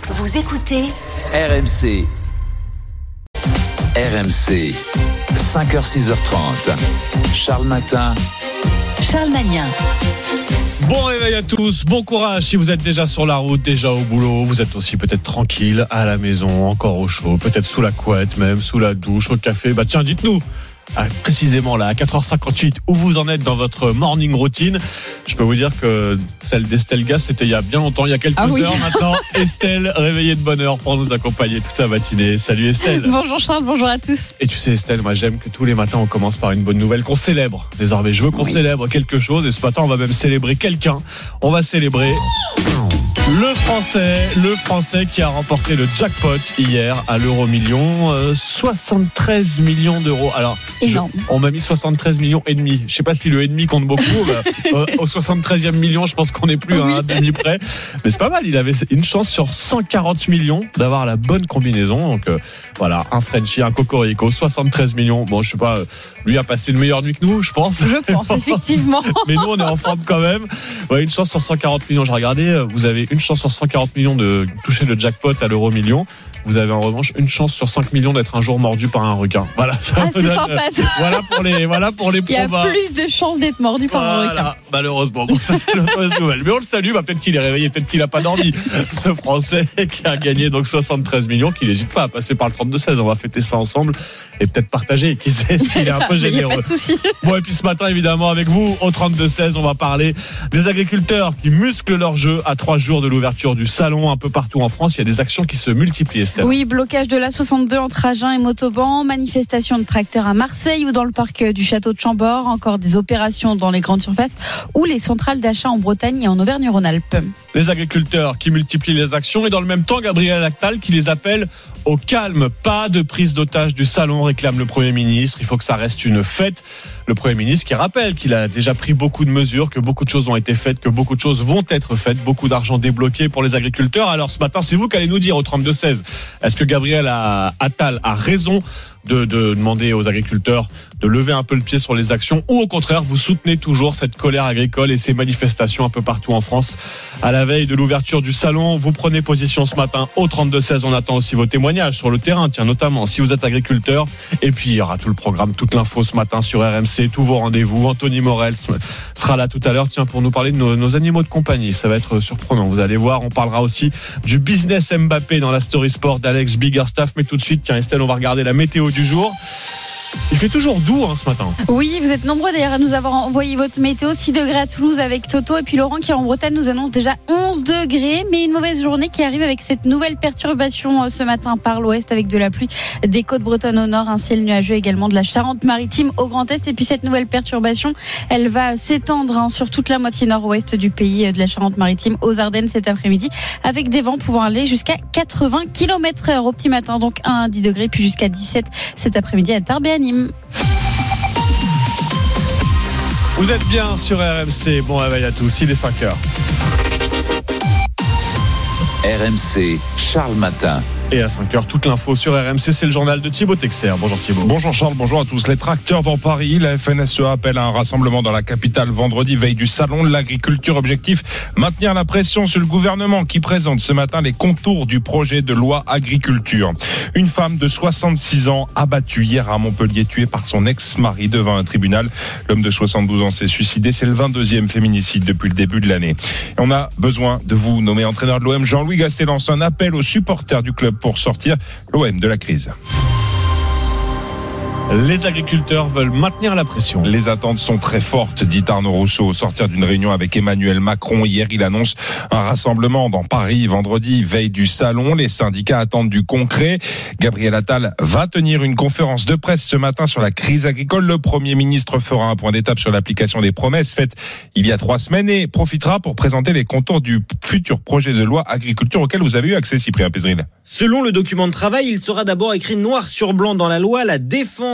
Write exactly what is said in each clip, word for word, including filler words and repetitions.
Vous écoutez R M C. R M C. cinq heures six heures trente. Charles Matin. Charles Magnin. Bon réveil à tous, bon courage si vous êtes déjà sur la route, déjà au boulot, vous êtes aussi peut-être tranquille, à la maison, encore au chaud, peut-être sous la couette même, sous la douche, au café. Bah tiens, dites-nous, ah, précisément là, à quatre heures cinquante-huit, où vous en êtes dans votre morning routine. Je peux vous dire que celle d'Estelle Gas, c'était il y a bien longtemps, il y a quelques ah oui. heures maintenant. Estelle, réveillée de bonne heure pour nous accompagner toute la matinée. Salut Estelle. Bonjour Charles, bonjour à tous. Et tu sais Estelle, moi j'aime que tous les matins on commence par une bonne nouvelle, qu'on célèbre. Désormais, je veux qu'on oui. célèbre quelque chose, et ce matin on va même célébrer quelqu'un. On va célébrer le Français, le Français qui a remporté le jackpot hier à l'euro million, euh, soixante-treize millions d'euros. Alors, je, on m'a mis soixante-treize millions et demi. Je sais pas si le et demi compte beaucoup. bah, euh, au soixante-treizième million, je pense qu'on n'est plus oui. à un demi près. Mais c'est pas mal. Il avait une chance sur cent quarante millions d'avoir la bonne combinaison. Donc euh, voilà, un Frenchie, un Cocorico, soixante-treize millions. Bon, je sais pas. Euh, lui a passé une meilleure nuit que nous, je pense. Je pense effectivement. Mais nous, on est en forme quand même. Ouais, une chance sur cent quarante millions. J'ai regardé. Vous avez une chance sur cent quarante millions de toucher le jackpot à l'euro million. Vous avez en revanche une chance sur cinq millions d'être un jour mordu par un requin. Voilà, ça ah, c'est donne, sympa, ça. Voilà pour les, voilà pour les probas. Il y a plus de chances d'être mordu par voilà, un requin. Malheureusement. Bon, ça, c'est la mauvaise nouvelle. Mais on le salue. Bah, peut-être qu'il est réveillé, peut-être qu'il n'a pas dormi. Ce Français qui a gagné donc soixante-treize millions, qui n'hésite pas à passer par le trente-deux seize. On va fêter ça ensemble et peut-être partager. Qui sait s'il est un peu généreux. Pas de souci. Bon, et puis ce matin, évidemment, avec vous, au trente-deux seize, on va parler des agriculteurs qui musclent leur jeu à trois jours de l'ouverture du salon un peu partout en France. Il y a des actions qui se multiplient, Estelle. Oui, blocage de de la soixante-deux entre Agen et Montauban, manifestation de tracteurs à Marseille ou dans le parc du château de Chambord, encore des opérations dans les grandes surfaces ou les centrales d'achat en Bretagne et en Auvergne-Rhône-Alpes. Les agriculteurs qui multiplient les actions et dans le même temps, Gabriel Attal qui les appelle au calme. Pas de prise d'otage du salon, réclame le Premier ministre. Il faut que ça reste une fête. Le Premier ministre qui rappelle qu'il a déjà pris beaucoup de mesures, que beaucoup de choses ont été faites, que beaucoup de choses vont être faites, beaucoup d'argent débloqué pour les agriculteurs. Alors ce matin, c'est vous qui allez nous dire au trente-deux seize, est-ce que Gabriel Attal a raison de, de demander aux agriculteurs de lever un peu le pied sur les actions, ou au contraire vous soutenez toujours cette colère agricole et ces manifestations un peu partout en France à la veille de l'ouverture du salon? Vous prenez position ce matin au trente-deux seize. On attend aussi vos témoignages sur le terrain, tiens, notamment si vous êtes agriculteur. Et puis il y aura tout le programme, toute l'info ce matin sur R M C, tous vos rendez-vous. Anthony Morel sera là tout à l'heure, tiens, pour nous parler de nos, nos animaux de compagnie. Ça va être surprenant, vous allez voir. On parlera aussi du business Mbappé dans la story sport d'Alex Biggerstaff. Mais tout de suite, tiens Estelle, on va regarder la météo du jour. Il fait toujours doux hein, ce matin. Oui, vous êtes nombreux d'ailleurs à nous avoir envoyé votre météo. six degrés à Toulouse avec Toto. Et puis Laurent qui est en Bretagne nous annonce déjà onze degrés. Mais une mauvaise journée qui arrive avec cette nouvelle perturbation ce matin par l'ouest avec de la pluie des côtes bretonnes au nord. Un ciel nuageux également de la Charente-Maritime au Grand Est. Et puis cette nouvelle perturbation, elle va s'étendre hein, sur toute la moitié nord-ouest du pays, de la Charente-Maritime aux Ardennes cet après-midi. Avec des vents pouvant aller jusqu'à quatre-vingts kilomètres heure au petit matin. Donc un à dix degrés puis jusqu'à dix-sept cet après-midi à Tarbes et à Nîmes. Vous êtes bien sur R M C. Bon réveil à tous, il est cinq heures. R M C, Charles Matin. Et à cinq heures, toute l'info sur R M C, c'est le journal de Thibaut Texer. Bonjour Thibaut. Bonjour Charles, bonjour à tous. Les tracteurs dans Paris, la F N S E A appelle à un rassemblement dans la capitale vendredi, veille du salon de l'agriculture. Objectif, maintenir la pression sur le gouvernement qui présente ce matin les contours du projet de loi agriculture. Une femme de soixante-six ans abattue hier à Montpellier, tuée par son ex-mari devant un tribunal. L'homme de soixante-douze ans s'est suicidé. C'est le vingt-deuxième féminicide depuis le début de l'année. Et on a besoin de vous, nommé entraîneur de l'O M. Jean-Louis Gasset lance un appel aux supporters du club pour sortir l'O M de la crise. Les agriculteurs veulent maintenir la pression. Les attentes sont très fortes, dit Arnaud Rousseau. Au sortir d'une réunion avec Emmanuel Macron, hier, il annonce un rassemblement dans Paris vendredi, veille du salon. Les syndicats attendent du concret. Gabriel Attal va tenir une conférence de presse ce matin sur la crise agricole. Le Premier ministre fera un point d'étape sur l'application des promesses faites il y a trois semaines et profitera pour présenter les contours du futur projet de loi agriculture auquel vous avez eu accès, Cyprien Pézeril. Selon le document de travail, il sera d'abord écrit noir sur blanc dans la loi la défense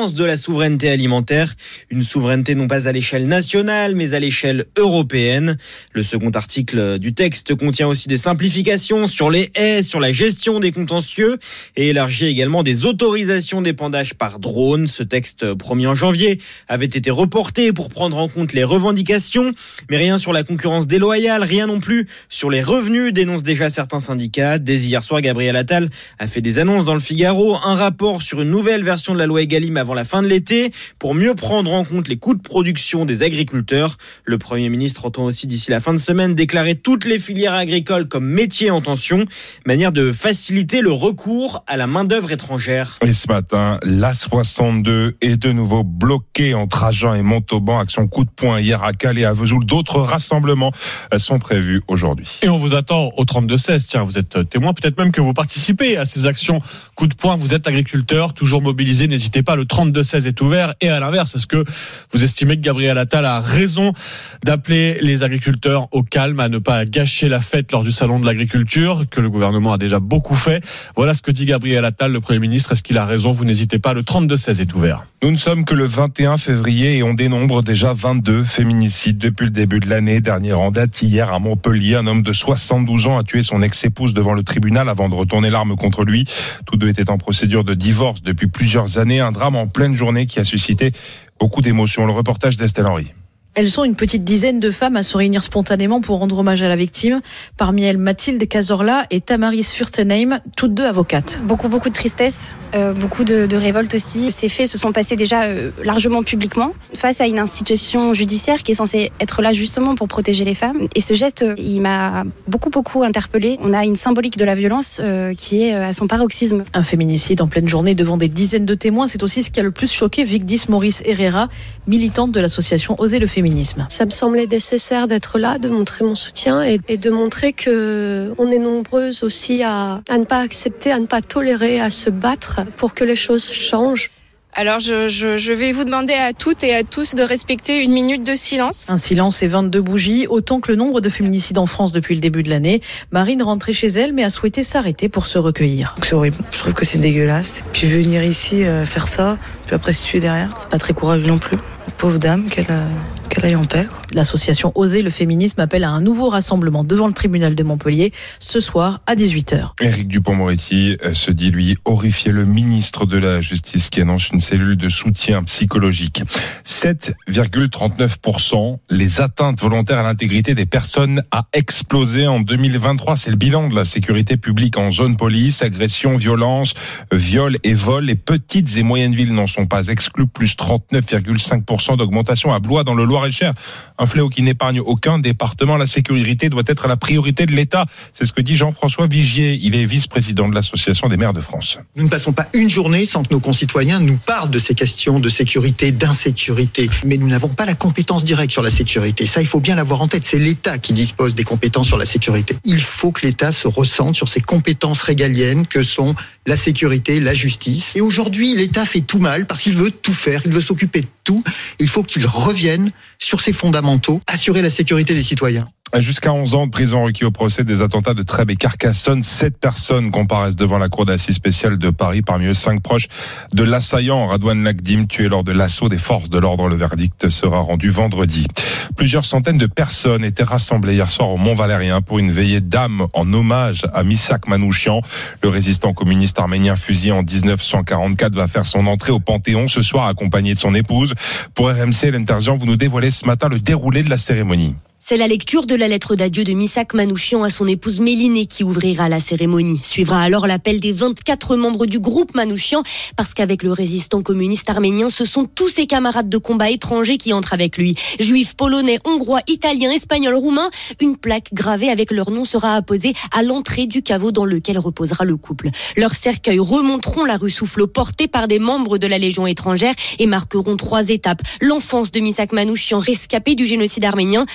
défense de la souveraineté alimentaire. Une souveraineté non pas à l'échelle nationale, mais à l'échelle européenne. Le second article du texte contient aussi des simplifications sur les haies, sur la gestion des contentieux et élargit également des autorisations d'épandage par drone. Ce texte promis en janvier avait été reporté pour prendre en compte les revendications, mais rien sur la concurrence déloyale, rien non plus sur les revenus, dénoncent déjà certains syndicats. Dès hier soir, Gabriel Attal a fait des annonces dans le Figaro, un rapport sur une nouvelle version de la loi Egalim avant la fin de l'été pour mieux prendre en compte les coûts de production des agriculteurs. Le Premier ministre entend aussi d'ici la fin de semaine déclarer toutes les filières agricoles comme métiers en tension, manière de faciliter le recours à la main-d'œuvre étrangère. Et ce matin, l'A soixante-deux est de nouveau bloqué entre Agen et Montauban. Action coup de poing hier à Calais, à Vesoul. D'autres rassemblements sont prévus aujourd'hui. Et on vous attend au trente-deux seize. Tiens, vous êtes témoin, peut-être même que vous participez à ces actions coup de poing. Vous êtes agriculteur, toujours mobilisé. N'hésitez pas, le trente-deux seize est ouvert. Et à l'inverse, est-ce que vous estimez que Gabriel Attal a raison d'appeler les agriculteurs au calme, à ne pas gâcher la fête lors du salon de l'agriculture, que le gouvernement a déjà beaucoup fait? Voilà ce que dit Gabriel Attal, le Premier ministre. Est-ce qu'il a raison? Vous n'hésitez pas, le trente-deux seize est ouvert. Nous ne sommes que le vingt et un février et on dénombre déjà vingt-deux féminicides depuis le début de l'année. Dernière en date, hier à Montpellier, un homme de soixante-douze ans a tué son ex-épouse devant le tribunal avant de retourner l'arme contre lui. Tous deux étaient en procédure de divorce depuis plusieurs années. Un drame en pleine journée qui a suscité beaucoup d'émotions. Le reportage d'Estelle Henry. Elles sont une petite dizaine de femmes à se réunir spontanément pour rendre hommage à la victime. Parmi elles, Mathilde Cazorla et Tamaris Furstenheim, toutes deux avocates. Beaucoup, beaucoup de tristesse, euh, beaucoup de, de révolte aussi. Ces faits se sont passés déjà euh, largement publiquement, face à une institution judiciaire qui est censée être là justement pour protéger les femmes. Et ce geste, il m'a beaucoup, beaucoup interpellée. On a une symbolique de la violence euh, qui est à son paroxysme. Un féminicide en pleine journée devant des dizaines de témoins, c'est aussi ce qui a le plus choqué Vigdis Maurice Herrera, militante de l'association Oser le féminisme. Ça me semblait nécessaire d'être là, de montrer mon soutien et, et de montrer que on est nombreuses aussi à, à ne pas accepter, à ne pas tolérer, à se battre pour que les choses changent. Alors je, je, je vais vous demander à toutes et à tous de respecter une minute de silence. Un silence et vingt-deux bougies, autant que le nombre de féminicides en France depuis le début de l'année. Marine rentrait chez elle mais a souhaité s'arrêter pour se recueillir. C'est horrible, je trouve que c'est dégueulasse. Puis venir ici euh, faire ça, puis après se tuer derrière, c'est pas très courageux non plus. Pauvre dame, qu'elle, euh, qu'elle aille en paix, quoi. L'association Oser le féminisme appelle à un nouveau rassemblement devant le tribunal de Montpellier ce soir à dix-huit heures. Éric Dupond-Moretti se dit, lui, horrifié. Le ministre de la Justice qui annonce une cellule de soutien psychologique. sept virgule trente-neuf pour cent les atteintes volontaires à l'intégrité des personnes a explosé en deux mille vingt-trois. C'est le bilan de la sécurité publique en zone police. Agressions, violences, viols et vols. Les petites et moyennes villes n'en sont pas exclues. Plus trente-neuf virgule cinq pour cent d'augmentation à Blois dans le Loir-et-Cher. Un fléau qui n'épargne aucun département. La sécurité doit être la priorité de l'État. C'est ce que dit Jean-François Vigier. Il est vice-président de l'Association des maires de France. Nous ne passons pas une journée sans que nos concitoyens nous parlent de ces questions de sécurité, d'insécurité. Mais nous n'avons pas la compétence directe sur la sécurité. Ça, il faut bien l'avoir en tête. C'est l'État qui dispose des compétences sur la sécurité. Il faut que l'État se ressente sur ses compétences régaliennes que sont la sécurité, la justice. Et aujourd'hui, l'État fait tout mal parce qu'il veut tout faire. Il veut s'occuper de tout. Il faut qu'il revienne sur ses fondamentaux, assurer la sécurité des citoyens. Jusqu'à onze ans de prison requis au procès des attentats de Trèbes et Carcassonne. Sept personnes comparaissent devant la cour d'assises spéciale de Paris, parmi eux cinq proches de l'assaillant Radouane Lagdim, tué lors de l'assaut des forces de l'ordre. Le verdict sera rendu vendredi. Plusieurs centaines de personnes étaient rassemblées hier soir au Mont-Valérien pour une veillée d'âme en hommage à Misak Manouchian. Le résistant communiste arménien fusillé en dix-neuf cent quarante-quatre va faire son entrée au Panthéon ce soir accompagné de son épouse. Pour R M C, Hélène Terzian, vous nous dévoilez ce matin le déroulé de la cérémonie. C'est la lecture de la lettre d'adieu de Misak Manouchian à son épouse Mélinée qui ouvrira la cérémonie. Suivra alors l'appel des vingt-quatre membres du groupe Manouchian, parce qu'avec le résistant communiste arménien, ce sont tous ses camarades de combat étrangers qui entrent avec lui. Juifs, polonais, hongrois, italiens, espagnols, roumains. Une plaque gravée avec leur nom sera apposée à l'entrée du caveau dans lequel reposera le couple. Leurs cercueils remonteront la rue Soufflot portés par des membres de la Légion étrangère et marqueront trois étapes. L'enfance de Misak Manouchian, rescapé du génocide arménien, son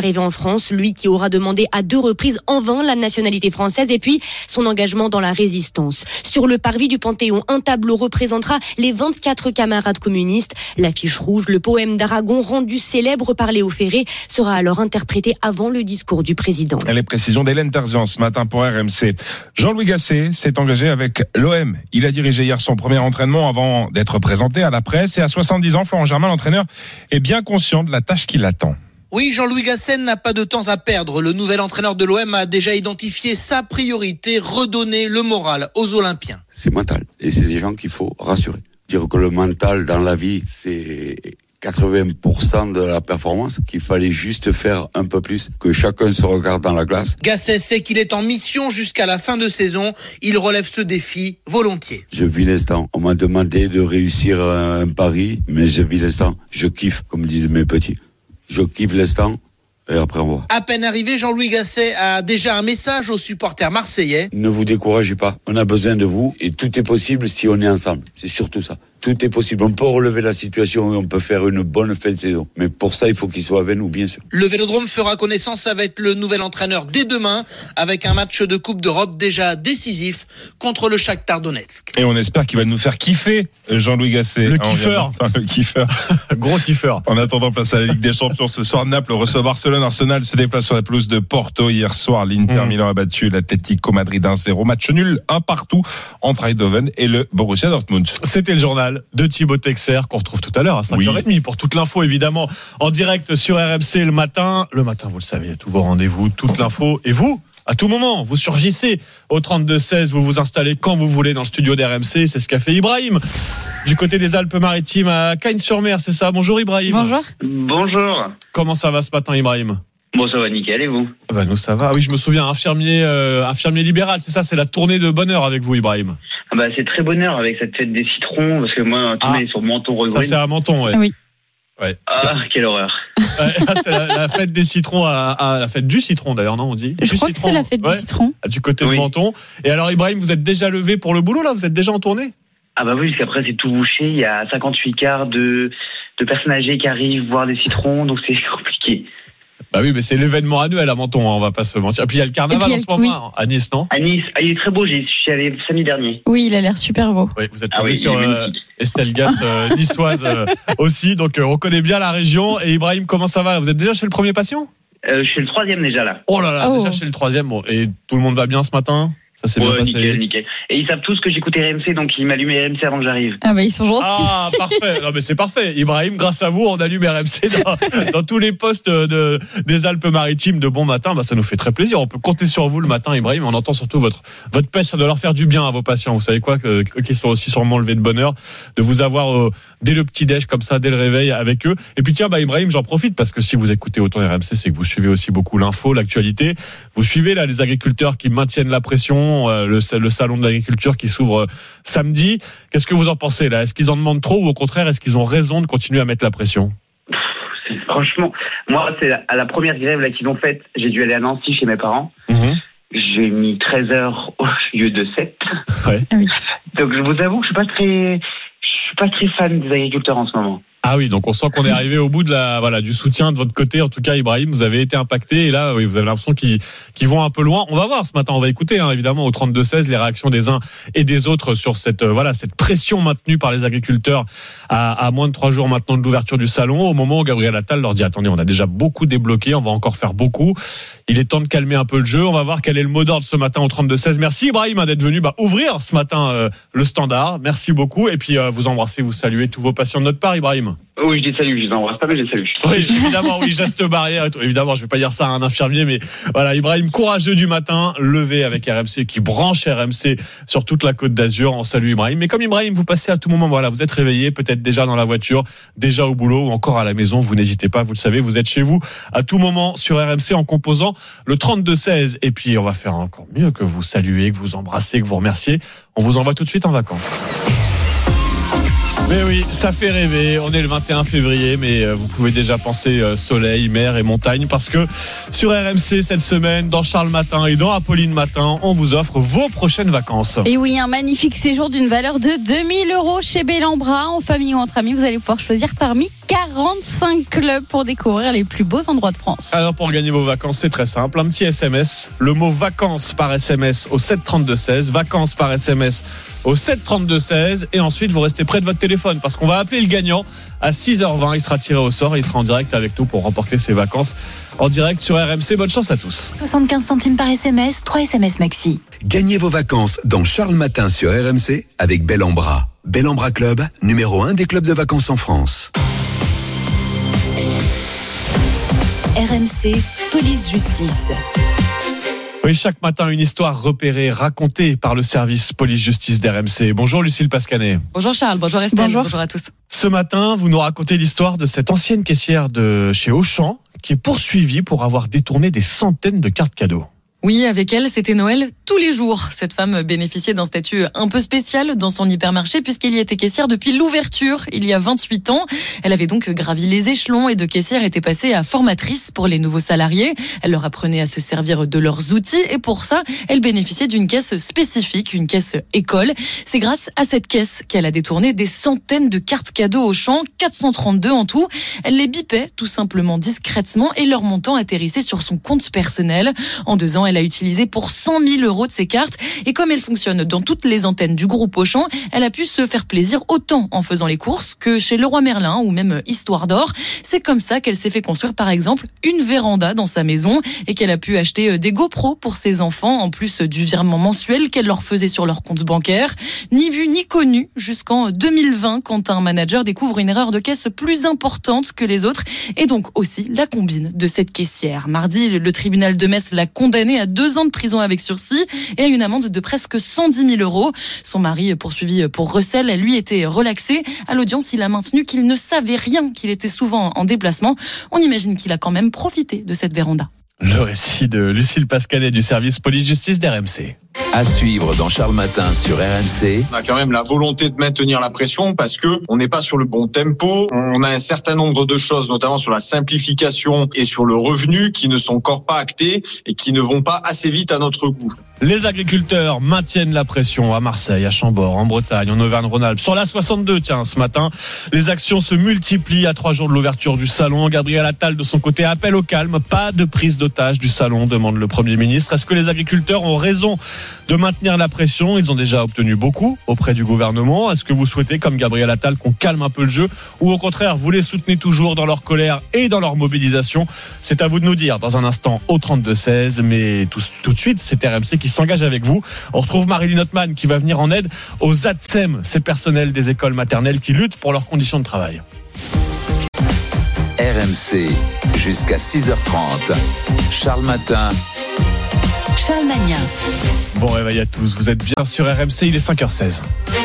arrivée en France, lui qui aura demandé à deux reprises en vain la nationalité française et puis son engagement dans la résistance. Sur le parvis du Panthéon, un tableau représentera les vingt-quatre camarades communistes. L'affiche rouge, le poème d'Aragon rendu célèbre par Léo Ferré, sera alors interprété avant le discours du président. Les précisions d'Hélène Terzian ce matin pour R M C. Jean-Louis Gasset s'est engagé avec l'O M. Il a dirigé hier son premier entraînement avant d'être présenté à la presse. Et à soixante-dix ans, Florent Germain, l'entraîneur, est bien conscient de la tâche qui l'attend. Oui, Jean-Louis Gasset n'a pas de temps à perdre. Le nouvel entraîneur de l'O M a déjà identifié sa priorité, redonner le moral aux Olympiens. C'est mental. Et c'est des gens qu'il faut rassurer. Dire que le mental dans la vie, c'est quatre-vingts pour cent de la performance, qu'il fallait juste faire un peu plus, que chacun se regarde dans la glace. Gasset sait qu'il est en mission jusqu'à la fin de saison. Il relève ce défi volontiers. Je vis l'instant. On m'a demandé de réussir un pari, mais je vis l'instant. Je kiffe, comme disent mes petits. Je kiffe l'instant. Et après on voit. À peine arrivé, Jean-Louis Gasset a déjà un message aux supporters marseillais. Ne vous découragez pas, on a besoin de vous et tout est possible si on est ensemble. C'est surtout ça. Tout est possible. On peut relever la situation et on peut faire une bonne fin de saison. Mais pour ça, il faut qu'il soit avec nous, bien sûr. Le Vélodrome fera connaissance avec le nouvel entraîneur dès demain, avec un match de Coupe d'Europe déjà décisif contre le Shakhtar Donetsk. Et on espère qu'il va nous faire kiffer, Jean-Louis Gasset. Le kiffeur. Le kiffeur. Gros kiffeur. En attendant, place à la Ligue des Champions. Ce soir, Naples reçoit Barcelone. Arsenal se déplace sur la pelouse de Porto. Hier soir, l'Inter mmh. Milan a battu l'Atlético Madrid un zéro. Match nul, un partout entre Eindhoven et le Borussia Dortmund. C'était le journal de Thibaut Texer qu'on retrouve tout à l'heure à cinq heures trente oui. pour toute l'info évidemment en direct sur R M C le matin. Le matin, vous le savez, tous vos rendez-vous, toute l'info. Et vous, à tout moment, vous surgissez au trente-deux seize, vous vous installez quand vous voulez dans le studio d'R M C. C'est ce qu'a fait Ibrahim du côté des Alpes-Maritimes à Cagnes-sur-Mer, c'est ça? Bonjour Ibrahim. Bonjour. Bonjour. Comment ça va ce matin Ibrahim? Bon, ça va nickel, et vous? Bah nous ça va. Oui, je me souviens, infirmier, euh, infirmier libéral, c'est ça, c'est la tournée de bonheur avec vous Ibrahim. Ah bah c'est très bonheur avec cette fête des citrons, parce que moi, tournée ah, sur Menton. Ça c'est à Menton, ouais. Oui. Ouais. Ah, quelle horreur. C'est la, la fête des citrons, à, à la fête du citron d'ailleurs, non, on dit Je du crois citron. que c'est la fête ouais. du citron. Du côté oui. de Menton. Et alors Ibrahim, vous êtes déjà levé pour le boulot là? Vous êtes déjà en tournée? Ah bah oui, parce qu'après c'est tout bouché, il y a cinquante-huit quarts de, de personnes âgées qui arrivent voir des citrons, donc c'est compliqué. Bah oui, mais c'est l'événement annuel à Menton, hein, on va pas se mentir. Et puis il y a le carnaval en ce moment, oui. hein, à Nice, non? À Nice, ah, il est très beau, j'y suis allé samedi dernier. Oui, il a l'air super beau. Oui, vous êtes tombé ah oui, sur euh, Estelle Gass, euh, niçoise euh, aussi, donc euh, on connaît bien la région. Et Ibrahim, comment ça va? Vous êtes déjà chez le premier patient? euh, Je suis le troisième déjà là. Oh là là, oh. déjà chez le troisième. Bon, et tout le monde va bien ce matin? Ça s'est ouais, bien passé. Nickel, nickel. Et ils savent tous que j'écoute R M C, donc ils m'allument R M C avant que j'arrive. Ah bah ils sont gentils. Ah parfait. Non mais c'est parfait. Ibrahim, grâce à vous, on allume R M C dans, dans tous les postes de, des Alpes-Maritimes de bon matin. Bah ça nous fait très plaisir. On peut compter sur vous le matin, Ibrahim. On entend surtout votre votre pêche, ça doit leur faire du bien à vos patients. Vous savez quoi, que, eux qui sont aussi sûrement levés de bonne heure, de vous avoir euh, dès le petit déj comme ça, dès le réveil avec eux. Et puis tiens, bah Ibrahim, j'en profite parce que si vous écoutez autant R M C, c'est que vous suivez aussi beaucoup l'info, l'actualité. Vous suivez là les agriculteurs qui maintiennent la pression, euh, le, le salon de l'agriculture qui s'ouvre samedi. Qu'est-ce que vous en pensez là? Est-ce qu'ils en demandent trop ou au contraire est-ce qu'ils ont raison de continuer à mettre la pression? Franchement, moi c'est à la première grève là qu'ils ont faite, j'ai dû aller à Nancy chez mes parents. Mmh. J'ai mis treize heures au lieu de sept. Ouais. Donc je vous avoue que je suis pas très, je suis pas très fan des agriculteurs en ce moment. Ah oui, donc on sent qu'on est arrivé au bout de la, voilà, du soutien de votre côté. En tout cas, Ibrahim, vous avez été impacté et là, oui, vous avez l'impression qu'ils, qu'ils vont un peu loin. On va voir ce matin, on va écouter, hein, évidemment, au trente-deux seize, les réactions des uns et des autres sur cette, euh, voilà, cette pression maintenue par les agriculteurs à, à moins de trois jours maintenant de l'ouverture du salon. Au moment où Gabriel Attal leur dit, attendez, on a déjà beaucoup débloqué, on va encore faire beaucoup. Il est temps de calmer un peu le jeu. On va voir quel est le mot d'ordre ce matin au trente-deux seize. Merci Ibrahim hein, d'être venu bah, ouvrir ce matin euh, le standard. Merci beaucoup. Et puis euh, vous embrassez, vous saluez tous vos patients de notre part, Ibrahim. Oui, je dis salut, je les embrasse pas, mais je les salue. Oui, évidemment, oui, geste barrière et tout. Évidemment, je vais pas dire ça à un infirmier, mais voilà, Ibrahim, courageux du matin, levé avec R M C, qui branche R M C sur toute la Côte d'Azur. On salue Ibrahim. Mais comme Ibrahim, vous passez à tout moment, voilà, vous êtes réveillé, peut-être déjà dans la voiture, déjà au boulot ou encore à la maison, vous n'hésitez pas, vous le savez, vous êtes chez vous à tout moment sur R M C en composant le trente-deux seize. Et puis, on va faire encore mieux que vous saluer, que vous embrassez, que vous remerciez. On vous envoie tout de suite en vacances. Mais oui, ça fait rêver. On est le vingt et un février, mais vous pouvez déjà penser soleil, mer et montagne, parce que sur R M C cette semaine, dans Charles Matin et dans Apolline Matin, on vous offre vos prochaines vacances. Et oui, un magnifique séjour d'une valeur de deux mille euros chez Bellambra, en famille ou entre amis. Vous allez pouvoir choisir parmi quarante-cinq clubs pour découvrir les plus beaux endroits de France. Alors pour gagner vos vacances, c'est très simple. Un petit S M S, le mot vacances par S M S au sept trente-deux seize, vacances par S M S au sept trente-deux seize, et ensuite vous restez près de votre téléphone parce qu'on va appeler le gagnant à six heures vingt. Il sera tiré au sort et il sera en direct avec nous pour remporter ses vacances en direct sur R M C. Bonne chance à tous. soixante-quinze centimes par S M S, trois S M S maxi. Gagnez vos vacances dans Charles Matin sur R M C avec Bellambra. Bellambra Club, numéro un des clubs de vacances en France. R M C, police justice. Oui, chaque matin, une histoire repérée, racontée par le service police-justice d'R M C. Bonjour Lucille Pascanet. Bonjour Charles, bonjour Estelle, bonjour. bonjour à tous. Ce matin, vous nous racontez l'histoire de cette ancienne caissière de chez Auchan qui est poursuivie pour avoir détourné des centaines de cartes cadeaux. Oui, avec elle, c'était Noël tous les jours. Cette femme bénéficiait d'un statut un peu spécial dans son hypermarché puisqu'elle y était caissière depuis l'ouverture, il y a vingt-huit ans. Elle avait donc gravi les échelons et de caissière était passée à formatrice pour les nouveaux salariés. Elle leur apprenait à se servir de leurs outils et pour ça, elle bénéficiait d'une caisse spécifique, une caisse école. C'est grâce à cette caisse qu'elle a détourné des centaines de cartes cadeaux Auchan, quatre cent trente-deux en tout. Elle les bipait tout simplement discrètement et leur montant atterrissait sur son compte personnel. En deux ans, elle a utilisé pour cent mille euros de ses cartes. Et comme elle fonctionne dans toutes les antennes du groupe Auchan, elle a pu se faire plaisir autant en faisant les courses que chez Leroy Merlin ou même Histoire d'Or. C'est comme ça qu'elle s'est fait construire par exemple une véranda dans sa maison et qu'elle a pu acheter des GoPro pour ses enfants en plus du virement mensuel qu'elle leur faisait sur leur compte bancaire. Ni vu ni connu jusqu'en deux mille vingt quand un manager découvre une erreur de caisse plus importante que les autres et donc aussi la combine de cette caissière. Mardi, le tribunal de Metz l'a condamnée à deux ans de prison avec sursis et à une amende de presque cent dix mille euros. Son mari, poursuivi pour recel, lui était relaxé. À l'audience, il a maintenu qu'il ne savait rien, qu'il était souvent en déplacement. On imagine qu'il a quand même profité de cette véranda. Le récit de Lucille Pascanet du service police-justice d'R M C. À suivre dans Charles Matin sur R M C. On a quand même la volonté de maintenir la pression parce que on n'est pas sur le bon tempo. On a un certain nombre de choses, notamment sur la simplification et sur le revenu, qui ne sont encore pas actées et qui ne vont pas assez vite à notre goût. Les agriculteurs maintiennent la pression à Marseille, à Chambord, en Bretagne, en Auvergne-Rhône-Alpes. Sur la soixante-deux, tiens, ce matin, les actions se multiplient à trois jours de l'ouverture du salon. Gabriel Attal, de son côté, appelle au calme. Pas de prise d'otage du salon, demande le Premier ministre. Est-ce que les agriculteurs ont raison de maintenir la pression? Ils ont déjà obtenu beaucoup auprès du gouvernement. Est-ce que vous souhaitez, comme Gabriel Attal, qu'on calme un peu le jeu, ou au contraire, vous les soutenez toujours dans leur colère et dans leur mobilisation? C'est à vous de nous dire dans un instant au trente-deux seize, mais tout, tout de suite, c'est R M C qui s'engage avec vous. On retrouve Marilyn Hotman qui va venir en aide aux A T S E M, ces personnels des écoles maternelles qui luttent pour leurs conditions de travail. R M C, jusqu'à six heures trente. Charles Matin. Charles Magnin. Bon réveil à tous, vous êtes bien sur R M C, il est cinq heures seize.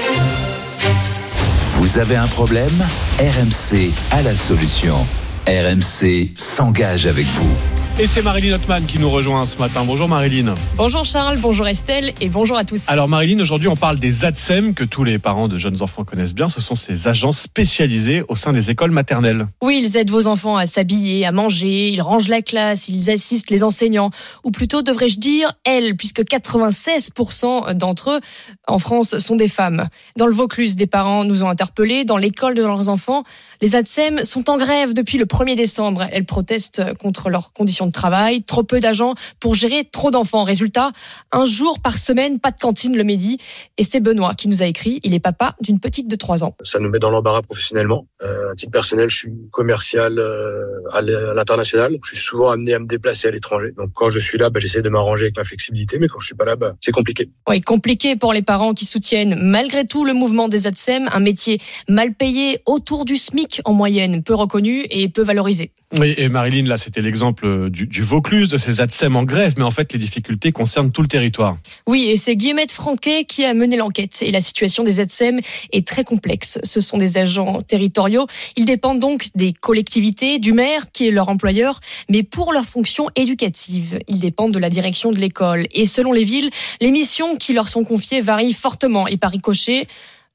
Vous avez un problème? R M C a la solution. R M C s'engage avec vous. Et c'est Marilyn Hotman qui nous rejoint ce matin. Bonjour Marilyn. Bonjour Charles, bonjour Estelle et bonjour à tous. Alors Marilyn, aujourd'hui on parle des A T S E M que tous les parents de jeunes enfants connaissent bien. Ce sont ces agents spécialisés au sein des écoles maternelles. Oui, ils aident vos enfants à s'habiller, à manger, ils rangent la classe, ils assistent les enseignants. Ou plutôt devrais-je dire elles, puisque quatre-vingt-seize pour cent d'entre eux en France sont des femmes. Dans le Vaucluse, des parents nous ont interpellés. Dans l'école de leurs enfants, les A T S E M sont en grève depuis le premier décembre. Elles protestent contre leurs conditions de travail, trop peu d'agents pour gérer trop d'enfants. Résultat, un jour par semaine, pas de cantine le midi. Et c'est Benoît qui nous a écrit, il est papa d'une petite de trois ans. Ça nous met dans l'embarras professionnellement. Euh, à titre personnel, je suis commercial euh, à l'international. Je suis souvent amené à me déplacer à l'étranger. Donc quand je suis là, bah, j'essaie de m'arranger avec ma flexibilité, mais quand je suis pas là, bah, c'est compliqué. Oui, compliqué pour les parents qui soutiennent malgré tout le mouvement des A T S E M, un métier mal payé autour du SMIC en moyenne, peu reconnu et peu valorisé. Oui, et Marilyn, là, c'était l'exemple du, du Vaucluse, de ces A T S E M en grève, mais en fait, les difficultés concernent tout le territoire. Oui, et c'est Guillemette Franquet qui a mené l'enquête. Et la situation des A T S E M est très complexe. Ce sont des agents territoriaux. Ils dépendent donc des collectivités, du maire, qui est leur employeur, mais pour leur fonction éducative, ils dépendent de la direction de l'école. Et selon les villes, les missions qui leur sont confiées varient fortement. Et par ricochet,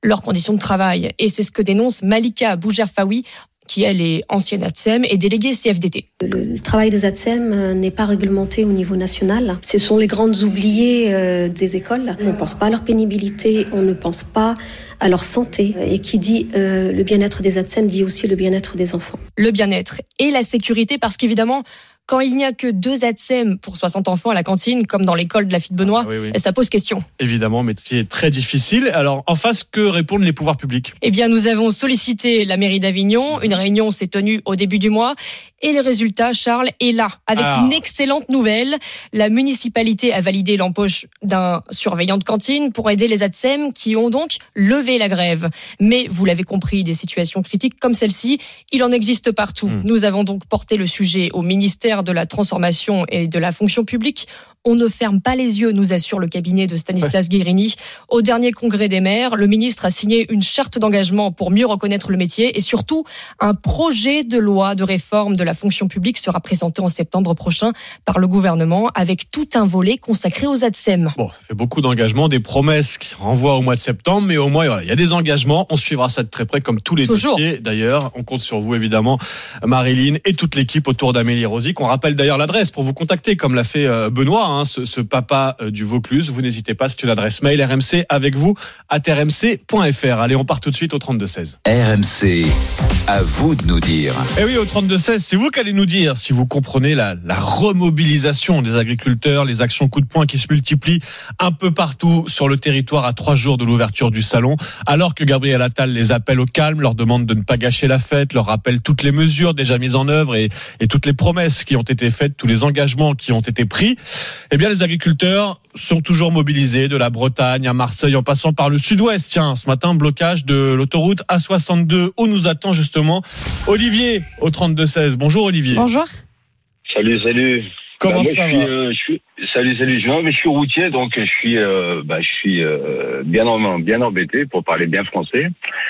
leurs conditions de travail. Et c'est ce que dénonce Malika Bougerfaoui, qui elle est ancienne A T S E M et déléguée C F D T. Le, le travail des A T S E M n'est pas réglementé au niveau national. Ce sont les grandes oubliées euh, des écoles. On ne pense pas à leur pénibilité, on ne pense pas à leur santé. Et qui dit euh, le bien-être des A T S E M dit aussi le bien-être des enfants. Le bien-être et la sécurité, parce qu'évidemment, quand il n'y a que deux A T S E M pour soixante enfants à la cantine, comme dans l'école de la Fille de Benoît, ah, oui, oui. ça pose question. Évidemment, métier très difficile. Alors, en face, que répondent les pouvoirs publics ? Eh bien, nous avons sollicité la mairie d'Avignon. Une réunion s'est tenue au début du mois. Et le résultat, Charles, est là, avec ah. une excellente nouvelle. La municipalité a validé l'embauche d'un surveillant de cantine pour aider les A T S E M qui ont donc levé la grève. Mais, vous l'avez compris, des situations critiques comme celle-ci, il en existe partout. Mmh. Nous avons donc porté le sujet au ministère de la Transformation et de la Fonction publique. On ne ferme pas les yeux, nous assure le cabinet de Stanislas ouais. Guérini. Au dernier congrès des maires, le ministre a signé une charte d'engagement pour mieux reconnaître le métier et surtout, un projet de loi de réforme de la fonction publique sera présenté en septembre prochain par le gouvernement avec tout un volet consacré aux A T S E M. Bon, ça fait beaucoup d'engagements, des promesses qui renvoient au mois de septembre, mais au moins, voilà, il y a des engagements. On suivra ça de très près comme tous les Toujours. dossiers. D'ailleurs, on compte sur vous, évidemment, Marilyn et toute l'équipe autour d'Amélie Rosic. On rappelle d'ailleurs l'adresse pour vous contacter, comme l'a fait Benoît, hein, ce, ce papa du Vaucluse. Vous n'hésitez pas, c'est une adresse mail R M C avec vous à r m c point f r. Allez, on part tout de suite au trente-deux seize. R M C, à vous de nous dire. Eh oui, au trente-deux seize, c'est vous qui allez nous dire si vous comprenez la, la remobilisation des agriculteurs, les actions coup de poing qui se multiplient un peu partout sur le territoire à trois jours de l'ouverture du salon, alors que Gabriel Attal les appelle au calme, leur demande de ne pas gâcher la fête, leur rappelle toutes les mesures déjà mises en œuvre et, et toutes les promesses qui ont été faites, tous les engagements qui ont été pris. Eh bien, les agriculteurs sont toujours mobilisés de la Bretagne à Marseille en passant par le sud-ouest. Tiens, ce matin, blocage de l'autoroute A soixante-deux où nous attend justement Olivier au trente-deux seize. Bonjour Olivier. Bonjour. Salut, salut. Comment bah, moi, ça je suis, va euh, je suis, Salut, salut. Je, non, mais je suis routier, donc je suis, euh, bah, je suis euh, bien, en, bien embêté pour parler bien français.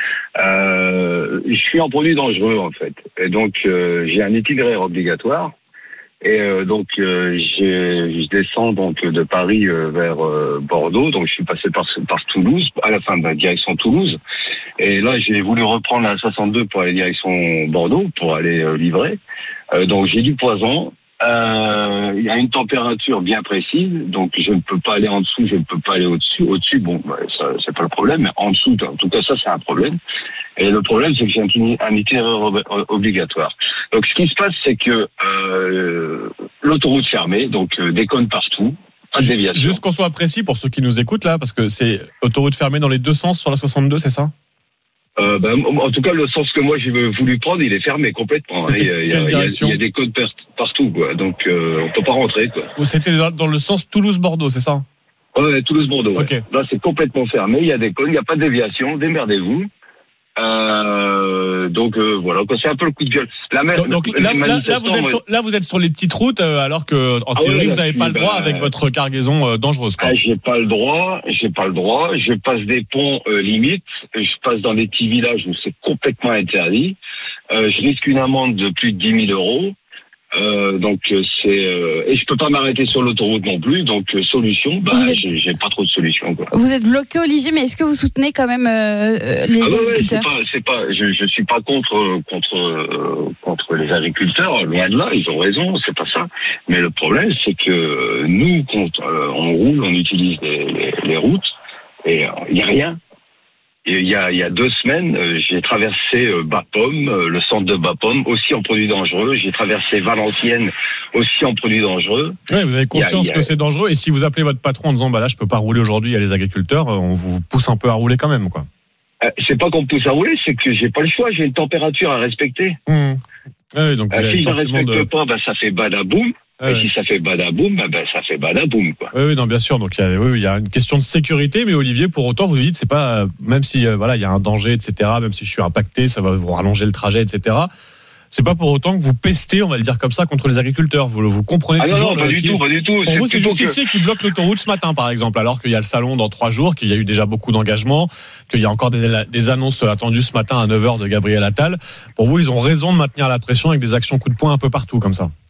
Euh, je suis en produit dangereux en fait, et donc euh, j'ai un itinéraire obligatoire. Et euh, donc euh, j'ai, je descends donc de Paris euh, vers euh, Bordeaux, donc je suis passé par, par Toulouse, à la fin de la direction Toulouse. Et là j'ai voulu reprendre la soixante-deux pour aller direction Bordeaux, pour aller euh, livrer. Euh, donc j'ai du poison. Euh, il y a une température bien précise, donc je ne peux pas aller en dessous, je ne peux pas aller au-dessus. Au-dessus, bon, ça, c'est pas le problème, mais en dessous, en tout cas, ça, c'est un problème. Et le problème, c'est que j'ai un, un itinéraire obligatoire. Donc, ce qui se passe, c'est que euh, l'autoroute fermée, donc euh, des cônes partout, pas de déviation. Juste qu'on soit précis pour ceux qui nous écoutent là, parce que c'est autoroute fermée dans les deux sens sur la soixante-deux, c'est ça ? Euh, ben, en tout cas, le sens que moi j'ai voulu prendre, il est fermé complètement. Il y, a, il, y a, il, y a, il y a des codes partout, quoi. Donc euh, on peut pas rentrer, quoi. C'était dans le sens Toulouse-Bordeaux, c'est ça ? Ouais, Toulouse-Bordeaux. Okay. Ouais. Là, c'est complètement fermé. Il y a des codes, il n'y a pas de déviation. Démerdez-vous. Euh, donc euh, voilà, c'est un peu le coup de gueule. La même, donc, donc là, là, là, vous êtes sur, là, vous êtes sur les petites routes, euh, alors que en ah théorie, ouais, vous n'avez pas le droit bah, avec votre cargaison euh, dangereuse. Quoi. Ah, j'ai pas le droit, j'ai pas le droit. Je passe des ponts euh, limites, je passe dans des petits villages où c'est complètement interdit. Euh, je risque une amende de plus de dix mille euros. Euh, donc c'est euh, et je peux pas m'arrêter sur l'autoroute non plus, donc euh, solution bah êtes... j'ai, j'ai pas trop de solution quoi. Vous êtes bloqué Olivier, mais est-ce que vous soutenez quand même euh, les ah agriculteurs? Ouais, c'est pas, c'est pas je, je suis pas contre contre euh, contre les agriculteurs, loin de là, ils ont raison, c'est pas ça, mais le problème c'est que nous quand euh, on roule, on utilise les, les, les routes et il euh, y a rien. Il y a, il y a deux semaines, euh, j'ai traversé euh, Bapaume, euh, le centre de Bapaume, aussi en produits dangereux. J'ai traversé Valenciennes, aussi en produits dangereux. Oui, vous avez conscience a, a... que c'est dangereux. Et si vous appelez votre patron en disant, bah là, je peux pas rouler aujourd'hui, il y a les agriculteurs, on vous pousse un peu à rouler quand même, quoi. Euh, c'est pas qu'on me pousse à rouler, c'est que j'ai pas le choix. J'ai une température à respecter. Mmh. Oui, donc euh, si je ne respecte de... pas, bah, ça fait badaboum. Et ouais. si ça fait badaboum, bah, bah, ça fait badaboum, quoi. Oui, oui, non, bien sûr. Donc, il y a, oui, il y a une question de sécurité, mais Olivier, pour autant, vous nous dites, c'est pas, même si, euh, voilà, il y a un danger, et cetera, même si je suis impacté, ça va vous rallonger le trajet, et cetera. C'est pas pour autant que vous pestez, on va le dire comme ça, contre les agriculteurs. Vous, vous comprenez ah toujours. Non, non, pas du tout, pas du tout. Pour vous, c'est justifié que... qu'ils bloquent l'autoroute ce matin, par exemple, alors qu'il y a le salon dans trois jours, qu'il y a eu déjà beaucoup d'engagements, qu'il y a encore des, des annonces attendues ce matin à neuf heures de Gabriel Attal. Pour vous, ils ont raison de maintenir la pression avec des actions coup de poing un peu partout, comme ça.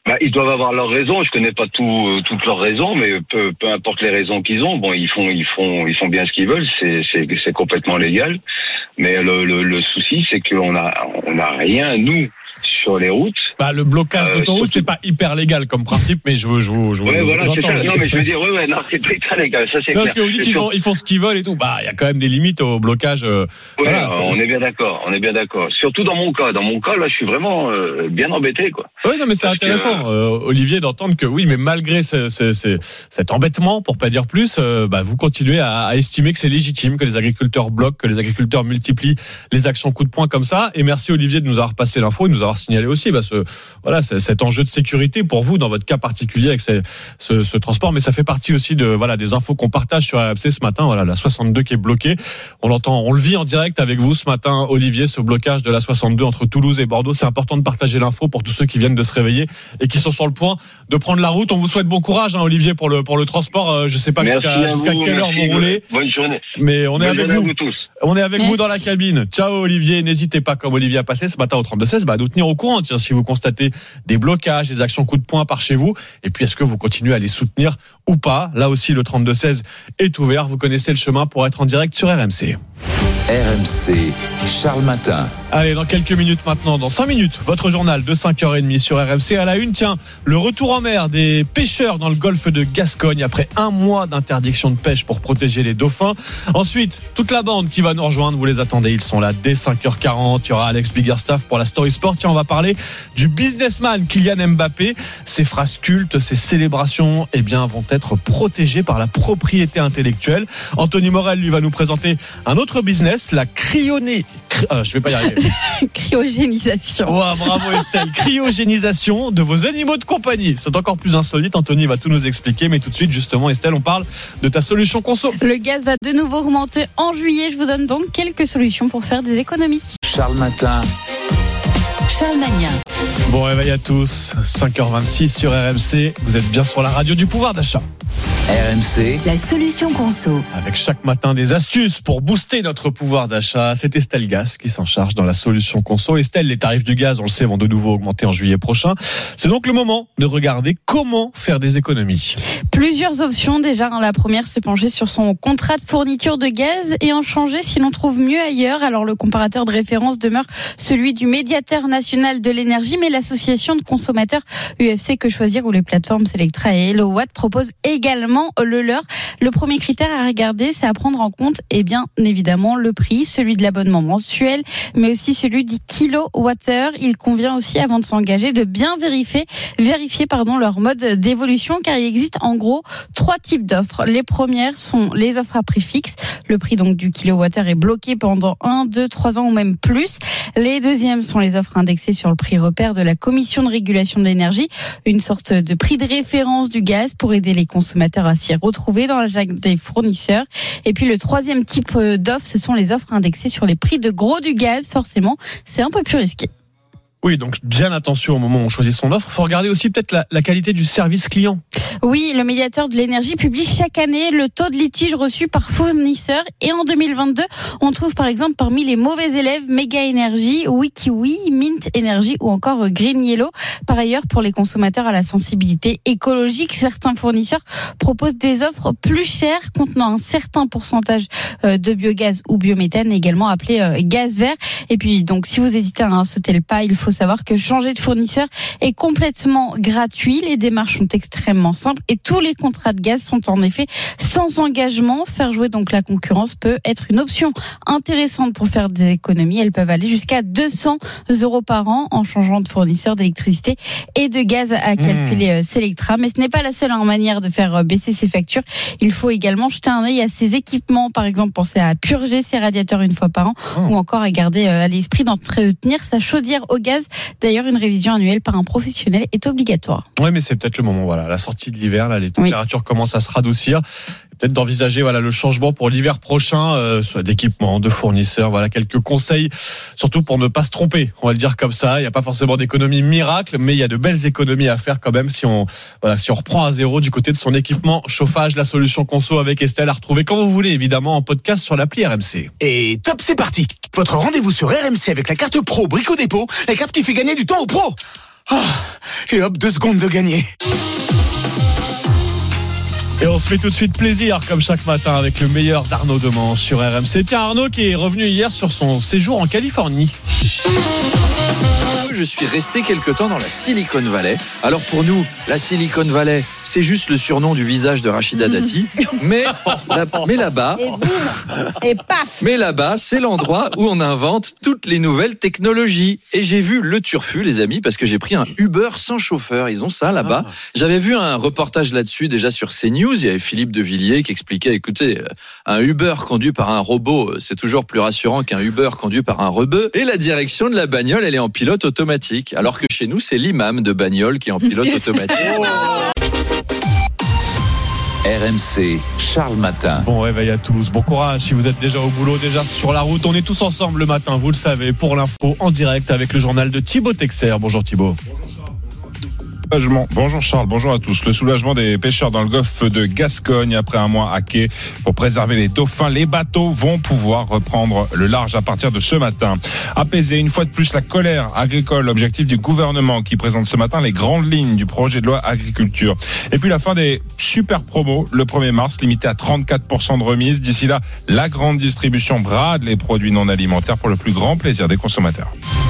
Bah, ils doivent avoir leurs raisons. Je connais pas tout, euh, toutes leurs raisons, mais peu, peu importe les raisons qu'ils ont, bon, ils font, ils font, ils font bien ce qu'ils veulent. C'est, c'est, c'est complètement légal. Mais le, le, le souci, c'est qu'on a, on a rien nous sur les routes. Bah, le blocage euh, d'autoroute, surtout... c'est pas hyper légal comme principe, mais je, je, je, ouais, je voilà, j'entends. c'est ça. Non, mais je veux dire, ouais, ouais, non, c'est pas hyper légal. Ça, c'est non, clair. Parce que vous dites qu'ils font, ils font ce qu'ils veulent et tout. Bah, il y a quand même des limites au blocage. Euh, ouais, voilà, on est bien d'accord. On est bien d'accord. Surtout dans mon cas. Dans mon cas, là, je suis vraiment euh, bien embêté, quoi. Oui, non, mais c'est Parce intéressant, que, euh... Euh, Olivier, d'entendre que oui, mais malgré ce, ce, ce, cet embêtement, pour pas dire plus, euh, bah, vous continuez à, à estimer que c'est légitime que les agriculteurs bloquent, que les agriculteurs multiplient les actions coup de poing comme ça. Et merci Olivier de nous avoir passé l'info et de nous avoir signalé aussi, bah, ce, voilà, c'est, cet enjeu de sécurité pour vous dans votre cas particulier avec ce, ce, ce transport. Mais ça fait partie aussi de, voilà, des infos qu'on partage sur R M C ce matin. Voilà, la soixante-deux qui est bloquée. On l'entend, on le vit en direct avec vous ce matin, Olivier, ce blocage de la soixante-deux entre Toulouse et Bordeaux. C'est important de partager l'info pour tous ceux qui viennent de se réveiller et qui sont sur le point de prendre la route. On vous souhaite bon courage, hein, Olivier, pour le, pour le transport. Euh, je sais pas merci jusqu'à, jusqu'à quelle heure vous roulez. Bonne journée. Mais on est Bonne avec vous. vous. tous. On est avec merci. vous dans la cabine. Ciao Olivier. N'hésitez pas, comme Olivier a passé ce matin au trente-deux seize, bah, à nous tenir au courant. Tiens, si vous constatez des blocages, des actions coup de poing par chez vous. Et puis, est-ce que vous continuez à les soutenir ou pas? Là aussi, le trente-deux seize est ouvert. Vous connaissez le chemin pour être en direct sur R M C. R M C, Charles Matin. Allez, dans quelques minutes maintenant, dans cinq minutes, votre journal de cinq heures trente sur R M C. À la une, tiens, le retour en mer des pêcheurs dans le golfe de Gascogne après un mois d'interdiction de pêche pour protéger les dauphins. Ensuite, toute la bande qui va nous rejoindre, vous les attendez, ils sont là dès cinq heures quarante. Il y aura Alex Biggerstaff pour la Story Sport. Tiens, on va parler du businessman Kylian Mbappé. Ses phrases cultes, ses célébrations, eh bien, vont être protégées par la propriété intellectuelle. Anthony Morel, lui, va nous présenter un autre business, la cryoné... Cry... Ah, je vais pas y arriver. Cryogénisation. Oh, bravo Estelle. Cryogénisation de vos animaux de compagnie. C'est encore plus insolite. Anthony va tout nous expliquer. Mais tout de suite, justement, Estelle, on parle de ta solution conso. Le gaz va de nouveau augmenter en juillet. Je vous donne donc quelques solutions pour faire des économies. Charles Matin. Charles Magnin. Bon réveil à tous. cinq heures vingt-six sur R M C. Vous êtes bien sur la radio du pouvoir d'achat. R M C, la solution conso. Avec chaque matin des astuces pour booster notre pouvoir d'achat. C'est Estelle Gas qui s'en charge dans la solution conso. Estelle, les tarifs du gaz, on le sait, vont de nouveau augmenter en juillet prochain. C'est donc le moment de regarder comment faire des économies. Plusieurs options déjà. La première, se pencher sur son contrat de fourniture de gaz et en changer si l'on trouve mieux ailleurs. Alors le comparateur de référence demeure celui du médiateur national de l'énergie, mais l'association de consommateurs U F C Que Choisir ou les plateformes Selectra et Hellowatt proposent également le leur. Le premier critère à regarder, c'est à prendre en compte, et bien évidemment, le prix, celui de l'abonnement mensuel, mais aussi celui du kilowattheure. Il convient aussi, avant de s'engager, de bien vérifier, vérifier pardon, leur mode d'évolution, car il existe en gros trois types d'offres. Les premières sont les offres à prix fixe. Le prix donc du kilowattheure est bloqué pendant un, deux, trois ans ou même plus. Les deuxièmes sont les offres indexées sur le prix repère de la Commission de régulation de l'énergie, une sorte de prix de référence du gaz pour aider les consommateurs à s'y retrouver dans la jungle des fournisseurs. Et puis le troisième type d'offres, ce sont les offres indexées sur les prix de gros du gaz. Forcément, c'est un peu plus risqué. Oui, donc bien attention au moment où on choisit son offre. Il faut regarder aussi peut-être la, la qualité du service client. Oui, le médiateur de l'énergie publie chaque année le taux de litige reçu par fournisseur. Et en deux mille vingt-deux, on trouve par exemple parmi les mauvais élèves Mega Energy, Wikiwi, Mint Energy ou encore Green Yellow. Par ailleurs, pour les consommateurs à la sensibilité écologique, certains fournisseurs proposent des offres plus chères contenant un certain pourcentage de biogaz ou biométhane, également appelé gaz vert. Et puis donc, si vous hésitez à sauter le pas, il faut savoir que changer de fournisseur est complètement gratuit. Les démarches sont extrêmement simples et tous les contrats de gaz sont en effet sans engagement. Faire jouer donc la concurrence peut être une option intéressante pour faire des économies. Elles peuvent aller jusqu'à deux cents euros par an en changeant de fournisseur d'électricité et de gaz à calculer mmh. Selectra. Mais ce n'est pas la seule hein, manière de faire baisser ses factures. Il faut également jeter un œil à ses équipements. Par exemple, penser à purger ses radiateurs une fois par an mmh. ou encore à garder à l'esprit d'entretenir sa chaudière au gaz. D'ailleurs, une révision annuelle par un professionnel est obligatoire. Oui, mais c'est peut-être le moment. Voilà, la sortie de l'hiver, là, les températures oui. commencent à se radoucir. Peut-être d'envisager voilà le changement pour l'hiver prochain, euh, soit d'équipement, de fournisseurs. Voilà quelques conseils, surtout pour ne pas se tromper. On va le dire comme ça. Il n'y a pas forcément d'économie miracle, mais il y a de belles économies à faire quand même si on voilà si on reprend à zéro du côté de son équipement chauffage. La solution conso avec Estelle à retrouver quand vous voulez, évidemment en podcast sur l'appli R M C. Et top, c'est parti. Votre rendez-vous sur R M C avec la carte Pro Brico Dépôt, la carte qui fait gagner du temps aux pros. Ah, et hop, deux secondes de gagner. Et on se fait tout de suite plaisir, comme chaque matin, avec le meilleur d'Arnaud Demange sur R M C. Tiens, Arnaud qui est revenu hier sur son séjour en Californie. Je suis resté quelque temps dans la Silicon Valley. Alors pour nous, la Silicon Valley, c'est juste le surnom du visage de Rachida Dati. Mais, là, mais là-bas, Et boum, et paf. mais là-bas, c'est l'endroit où on invente toutes les nouvelles technologies. Et j'ai vu le turfu, les amis, parce que j'ai pris un Uber sans chauffeur. Ils ont ça là-bas. J'avais vu un reportage là-dessus déjà sur CNews. Il y avait Philippe de Villiers qui expliquait, écoutez, un Uber conduit par un robot, c'est toujours plus rassurant qu'un Uber conduit par un rebeu. Et la direction de la bagnole, elle est en pilote automatique. Alors que chez nous, c'est l'imam de bagnole qui est en pilote automatique. R M C, Charles Matin. Bon réveil à tous, bon courage si vous êtes déjà au boulot, déjà sur la route. On est tous ensemble le matin, vous le savez, pour l'info en direct avec le journal de Thibaut Texer. Bonjour Thibaut. Bonjour Charles, bonjour à tous. Le soulagement des pêcheurs dans le golfe de Gascogne après un mois à quai pour préserver les dauphins. Les bateaux vont pouvoir reprendre le large à partir de ce matin. Apaiser une fois de plus la colère agricole, l'objectif du gouvernement qui présente ce matin les grandes lignes du projet de loi agriculture. Et puis la fin des super promos le premier mars, limité à trente-quatre pour cent de remise. D'ici là, la grande distribution brade les produits non alimentaires pour le plus grand plaisir des consommateurs.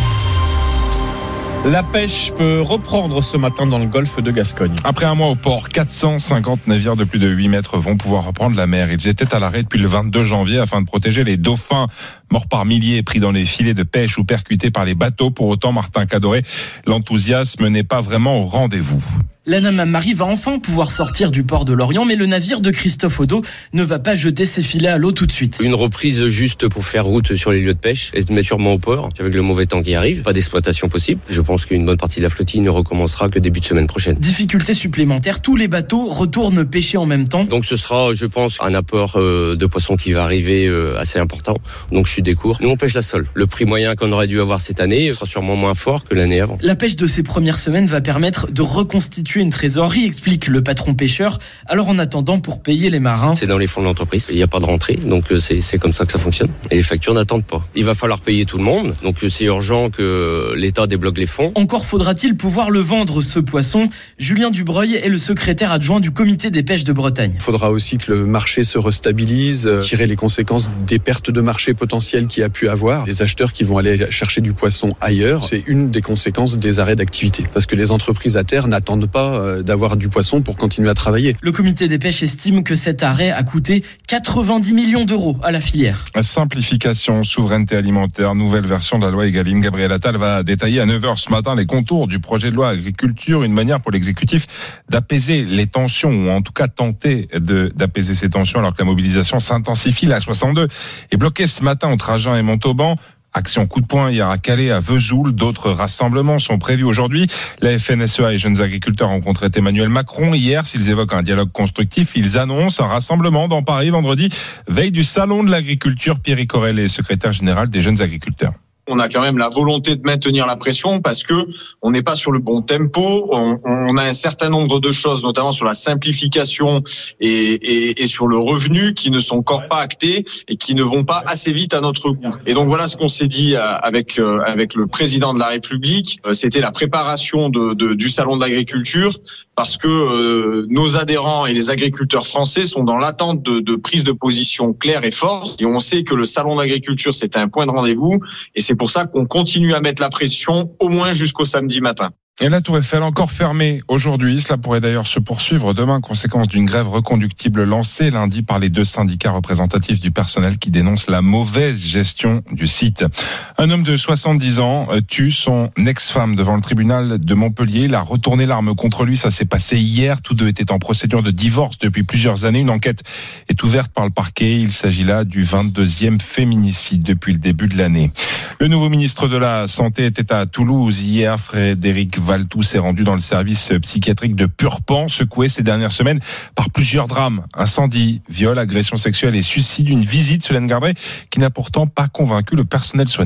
La pêche peut reprendre ce matin dans le golfe de Gascogne. Après un mois au port, quatre cent cinquante navires de plus de huit mètres vont pouvoir reprendre la mer. Ils étaient à l'arrêt depuis le vingt-deux janvier afin de protéger les dauphins morts par milliers pris dans les filets de pêche ou percutés par les bateaux. Pour autant, Martin Cadoré, l'enthousiasme n'est pas vraiment au rendez-vous. La Namam-Marie va enfin pouvoir sortir du port de Lorient, mais le navire de Christophe Odo ne va pas jeter ses filets à l'eau tout de suite. Une reprise juste pour faire route sur les lieux de pêche et se mettre sûrement au port, avec le mauvais temps qui arrive. Pas d'exploitation possible. Je pense qu'une bonne partie de la flottille ne recommencera que début de semaine prochaine. Difficulté supplémentaire, tous les bateaux retournent pêcher en même temps. Donc ce sera, je pense, un apport de poissons qui va arriver assez important. Donc je suis des cours. Nous on pêche la sole. Le prix moyen qu'on aurait dû avoir cette année sera sûrement moins fort que l'année avant. La pêche de ces premières semaines va permettre de reconstituer une trésorerie, explique le patron pêcheur. Alors en attendant, pour payer les marins, c'est dans les fonds de l'entreprise, il n'y a pas de rentrée, donc c'est, c'est comme ça que ça fonctionne. Et les factures n'attendent pas. Il va falloir payer tout le monde, donc c'est urgent que l'État débloque les fonds. Encore faudra-t-il pouvoir le vendre, ce poisson. Julien Dubreuil est le secrétaire adjoint du comité des pêches de Bretagne. Il faudra aussi que le marché se restabilise, tirer les conséquences des pertes de marché potentielles qu'il y a pu avoir. Les acheteurs qui vont aller chercher du poisson ailleurs, c'est une des conséquences des arrêts d'activité. Parce que les entreprises à terre n'attendent pas d'avoir du poisson pour continuer à travailler. Le comité des pêches estime que cet arrêt a coûté quatre-vingt-dix millions d'euros à la filière. Simplification, souveraineté alimentaire, nouvelle version de la loi Egalim. Gabriel Attal va détailler à neuf heures ce matin les contours du projet de loi agriculture, une manière pour l'exécutif d'apaiser les tensions, ou en tout cas tenter de, d'apaiser ces tensions alors que la mobilisation s'intensifie. La soixante-deux est bloquée ce matin entre Agen et Montauban. Action coup de poing hier à Calais, à Vesoul. D'autres rassemblements sont prévus aujourd'hui. La F N S E A et Jeunes Agriculteurs ont rencontré Emmanuel Macron hier. S'ils évoquent un dialogue constructif, ils annoncent un rassemblement dans Paris vendredi, veille du salon de l'agriculture. Pierre Corel est secrétaire général des Jeunes Agriculteurs. On a quand même la volonté de maintenir la pression parce que on n'est pas sur le bon tempo. On, on a un certain nombre de choses, notamment sur la simplification et, et, et sur le revenu, qui ne sont encore pas actées et qui ne vont pas assez vite à notre goût. Et donc voilà ce qu'on s'est dit avec avec le président de la République. C'était la préparation de, de du salon de l'agriculture, parce que euh, nos adhérents et les agriculteurs français sont dans l'attente de, de prise de position claire et forte. Et on sait que le salon de l'agriculture, c'est un point de rendez-vous, et c'est C'est pour ça qu'on continue à mettre la pression au moins jusqu'au samedi matin. Et la Tour Eiffel encore fermée aujourd'hui. Cela pourrait d'ailleurs se poursuivre demain, conséquence d'une grève reconductible lancée lundi par les deux syndicats représentatifs du personnel qui dénoncent la mauvaise gestion du site. Un homme de soixante-dix ans tue son ex-femme devant le tribunal de Montpellier. Il a retourné l'arme contre lui. Ça s'est passé hier. Tous deux étaient en procédure de divorce depuis plusieurs années. Une enquête est ouverte par le parquet. Il s'agit là du vingt-deuxième féminicide depuis le début de l'année. Le nouveau ministre de la Santé était à Toulouse hier. Frédéric Valletoux s'est rendu dans le service psychiatrique de Purpan, secoué ces dernières semaines par plusieurs drames. Incendie, viol, agression sexuelle et suicide. Une visite, Solène Gardret, qui n'a pourtant pas convaincu le personnel soignant.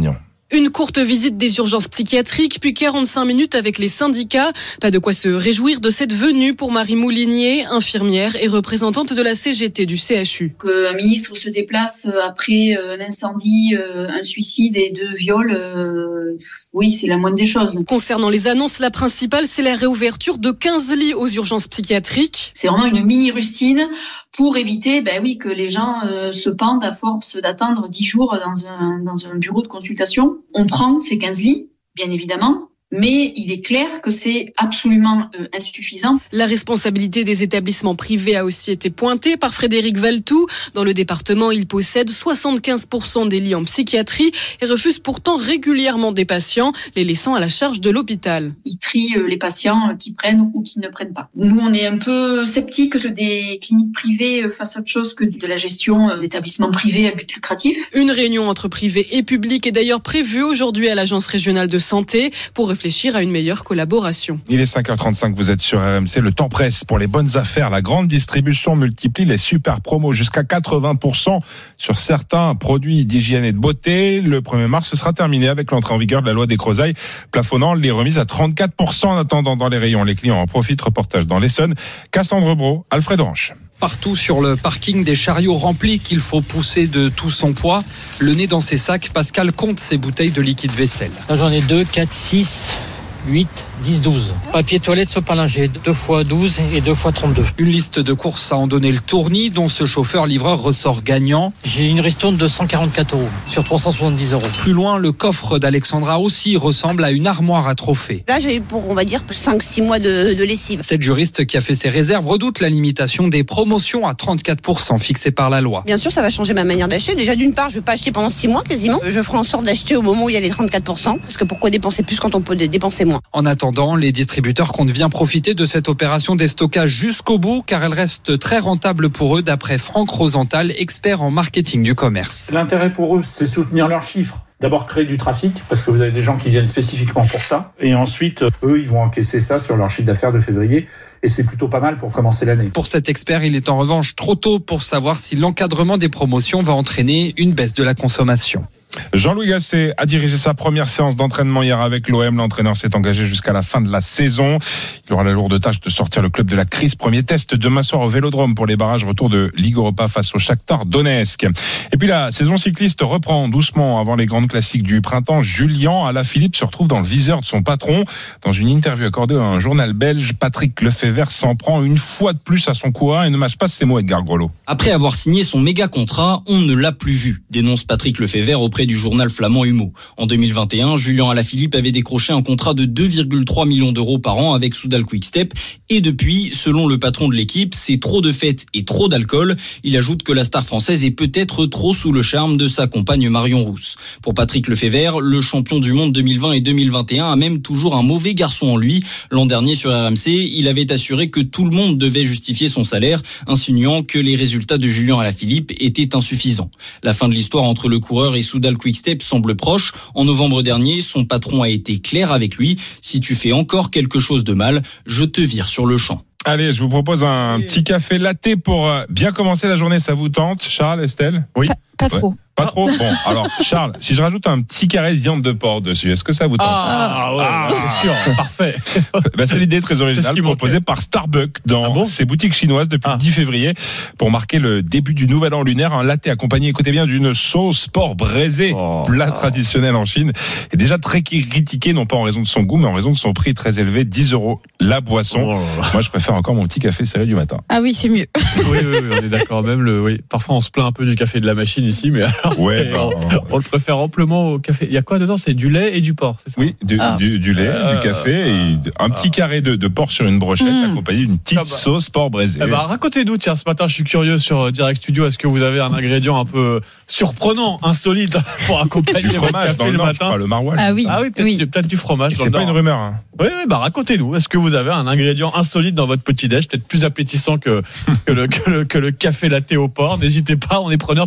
Une courte visite des urgences psychiatriques, puis quarante-cinq minutes avec les syndicats. Pas de quoi se réjouir de cette venue pour Marie Moulinier, infirmière et représentante de la C G T du C H U. Qu'un ministre se déplace après un incendie, un suicide et deux viols, euh, oui, c'est la moindre des choses. Concernant les annonces, la principale, c'est la réouverture de quinze lits aux urgences psychiatriques. C'est vraiment une mini-rustine pour éviter ben oui, que les gens euh, se pendent à force d'attendre dix jours dans un, dans un bureau de consultation. On prend ces quinze lits, bien évidemment, mais il est clair que c'est absolument euh, insuffisant. La responsabilité des établissements privés a aussi été pointée par Frédéric Valtou. Dans le département, il possède soixante-quinze pour cent des lits en psychiatrie et refuse pourtant régulièrement des patients, les laissant à la charge de l'hôpital. Ils trient les patients qui prennent ou qui ne prennent pas. Nous, on est un peu sceptiques que des cliniques privées fassent autre chose que de la gestion d'établissements privés à but lucratif. Une réunion entre privé et public est d'ailleurs prévue aujourd'hui à l'Agence régionale de santé pour réfléchir à une meilleure collaboration. Il est cinq heures trente-cinq, vous êtes sur R M C. Le temps presse pour les bonnes affaires. La grande distribution multiplie les super promos jusqu'à quatre-vingts pour cent sur certains produits d'hygiène et de beauté. Le premier mars, ce sera terminé avec l'entrée en vigueur de la loi des Crozailles, plafonnant les remises à trente-quatre pour cent en attendant dans les rayons. Les clients en profitent. Reportage dans l'Essonne. Cassandre Bro, Alfred Orange. Partout sur le parking, des chariots remplis qu'il faut pousser de tout son poids. Le nez dans ses sacs, Pascal compte ses bouteilles de liquide vaisselle. Là, j'en ai deux, quatre, six, huit, dix, douze. Papier toilette, sopalingé, deux fois douze et deux fois trente-deux. Une liste de courses à en donner le tournis, dont ce chauffeur-livreur ressort gagnant. J'ai une ristourne de cent quarante-quatre euros sur trois cent soixante-dix euros. Plus loin, le coffre d'Alexandra aussi ressemble à une armoire à trophées. Là, j'ai eu pour, on va dire, cinq six mois de, de lessive. Cette juriste qui a fait ses réserves redoute la limitation des promotions à trente-quatre pour cent fixée par la loi. Bien sûr, ça va changer ma manière d'acheter. Déjà, d'une part, je ne vais pas acheter pendant six mois quasiment. Je ferai en sorte d'acheter au moment où il y a les trente-quatre pour cent. Parce que pourquoi dépenser plus quand on peut dépenser moins? En attendant, les distributeurs comptent bien profiter de cette opération des stockages jusqu'au bout, car elle reste très rentable pour eux, d'après Franck Rosenthal, expert en marketing du commerce. L'intérêt pour eux, c'est soutenir leurs chiffres. D'abord créer du trafic, parce que vous avez des gens qui viennent spécifiquement pour ça. Et ensuite, eux, ils vont encaisser ça sur leur chiffre d'affaires de février. Et c'est plutôt pas mal pour commencer l'année. Pour cet expert, il est en revanche trop tôt pour savoir si l'encadrement des promotions va entraîner une baisse de la consommation. Jean-Louis Gasset a dirigé sa première séance d'entraînement hier avec l'O M. L'entraîneur s'est engagé jusqu'à la fin de la saison. Il aura la lourde tâche de sortir le club de la crise. Premier test demain soir au Vélodrome pour les barrages. Retour de Ligue Europa face au Shakhtar Donetsk. Et puis la saison cycliste reprend doucement avant les grandes classiques du printemps. Julian Alaphilippe se retrouve dans le viseur de son patron. Dans une interview accordée à un journal belge, Patrick Lefebvre s'en prend une fois de plus à son coureur et ne mâche pas ses mots, Edgar Grelot. Après avoir signé son méga contrat, on ne l'a plus vu, dénonce Patrick Lefebvre auprès du journal flamand Humo. En deux mille vingt et un, Julian Alaphilippe avait décroché un contrat de deux virgule trois millions d'euros par an avec Soudal Quick-Step. Et depuis, selon le patron de l'équipe, c'est trop de fêtes et trop d'alcool. Il ajoute que la star française est peut-être trop sous le charme de sa compagne Marion Rousse. Pour Patrick Lefebvre, le champion du monde deux mille vingt et deux mille vingt et un a même toujours un mauvais garçon en lui. L'an dernier sur R M C, il avait assuré que tout le monde devait justifier son salaire, insinuant que les résultats de Julian Alaphilippe étaient insuffisants. La fin de l'histoire entre le coureur et Soudal Quick-Step semble proche. En novembre dernier, son patron a été clair avec lui. Si tu fais encore quelque chose de mal, je te vire sur le champ. Allez, je vous propose un petit café latte pour bien commencer la journée. Ça vous tente, Charles, Estelle? Oui. Pas, pas trop. Ouais. Pas trop. Bon, alors Charles, si je rajoute un petit carré de viande de porc dessus, est-ce que ça vous tente? Ah ouais, ah, c'est sûr, parfait. Bah, c'est l'idée très originale proposée par Starbucks dans ah bon ses boutiques chinoises depuis ah. le dix février pour marquer le début du nouvel an lunaire. Un latte accompagné, écoutez bien, d'une sauce porc braisé, oh, plat oh. traditionnel en Chine, et déjà très critiqué, non pas en raison de son goût, mais en raison de son prix très élevé, dix euros la boisson. Oh Moi, je préfère encore mon petit café serré du matin. Ah oui, c'est mieux. Oui, oui, oui, on est d'accord. Même le, oui, parfois on se plaint un peu du café de la machine ici, mais alors. Ouais, on, on le préfère amplement au café. Il y a quoi dedans? C'est du lait et du porc, c'est ça? Oui, du, ah. du, du lait, euh, du café et un petit ah. carré de, de porc sur une brochette mmh. accompagné d'une petite ah bah. sauce porc braisé. Eh bah, racontez-nous, tiens, ce matin, je suis curieux sur Direct Studio. Est-ce que vous avez un ingrédient un peu surprenant, insolite pour accompagner du votre fromage café dans le, le nord, matin? Le maroilles. Ah oui, ah oui, peut-être, oui. peut-être du fromage. Et c'est pas une rumeur. Hein. Oui, oui, bah racontez-nous. Est-ce que vous avez un ingrédient insolite dans votre petit déj, peut-être plus appétissant que que le, que le que le café latte au porc? N'hésitez pas, on est preneur de toutes les bonnes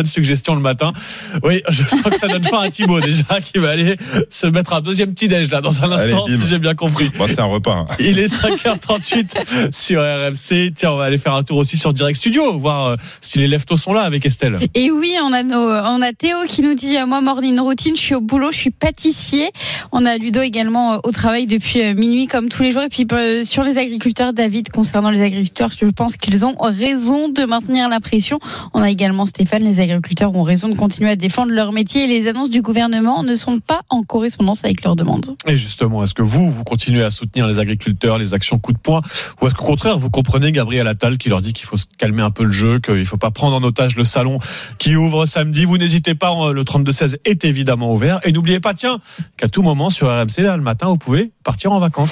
suggestion le matin. Oui, je sens que ça donne faim à Thibaut déjà, qui va aller se mettre un deuxième petit-déj là dans un instant, Allez, si j'ai bien compris. Bon, c'est un repas. Hein. Il est cinq heures trente-huit sur R M C. Tiens, on va aller faire un tour aussi sur Direct Studio, voir euh, si les leftos sont là avec Estelle. Et oui, on a, nos, on a Théo qui nous dit, moi, morning routine, je suis au boulot, je suis pâtissier. On a Ludo également euh, au travail depuis euh, minuit comme tous les jours. Et puis euh, sur les agriculteurs, David, concernant les agriculteurs, je pense qu'ils ont raison de maintenir la pression. On a également Stéphane, les agriculteurs ont raison de continuer à défendre leur métier et les annonces du gouvernement ne sont pas en correspondance avec leurs demandes. Et justement, est-ce que vous, vous continuez à soutenir les agriculteurs, les actions coup de poing, ou est-ce qu'au contraire, vous comprenez Gabriel Attal qui leur dit qu'il faut se calmer un peu le jeu, qu'il ne faut pas prendre en otage le salon qui ouvre samedi? Vous n'hésitez pas, le trente-deux seize est évidemment ouvert. Et n'oubliez pas, tiens, qu'à tout moment sur R M C, là, le matin, vous pouvez partir en vacances.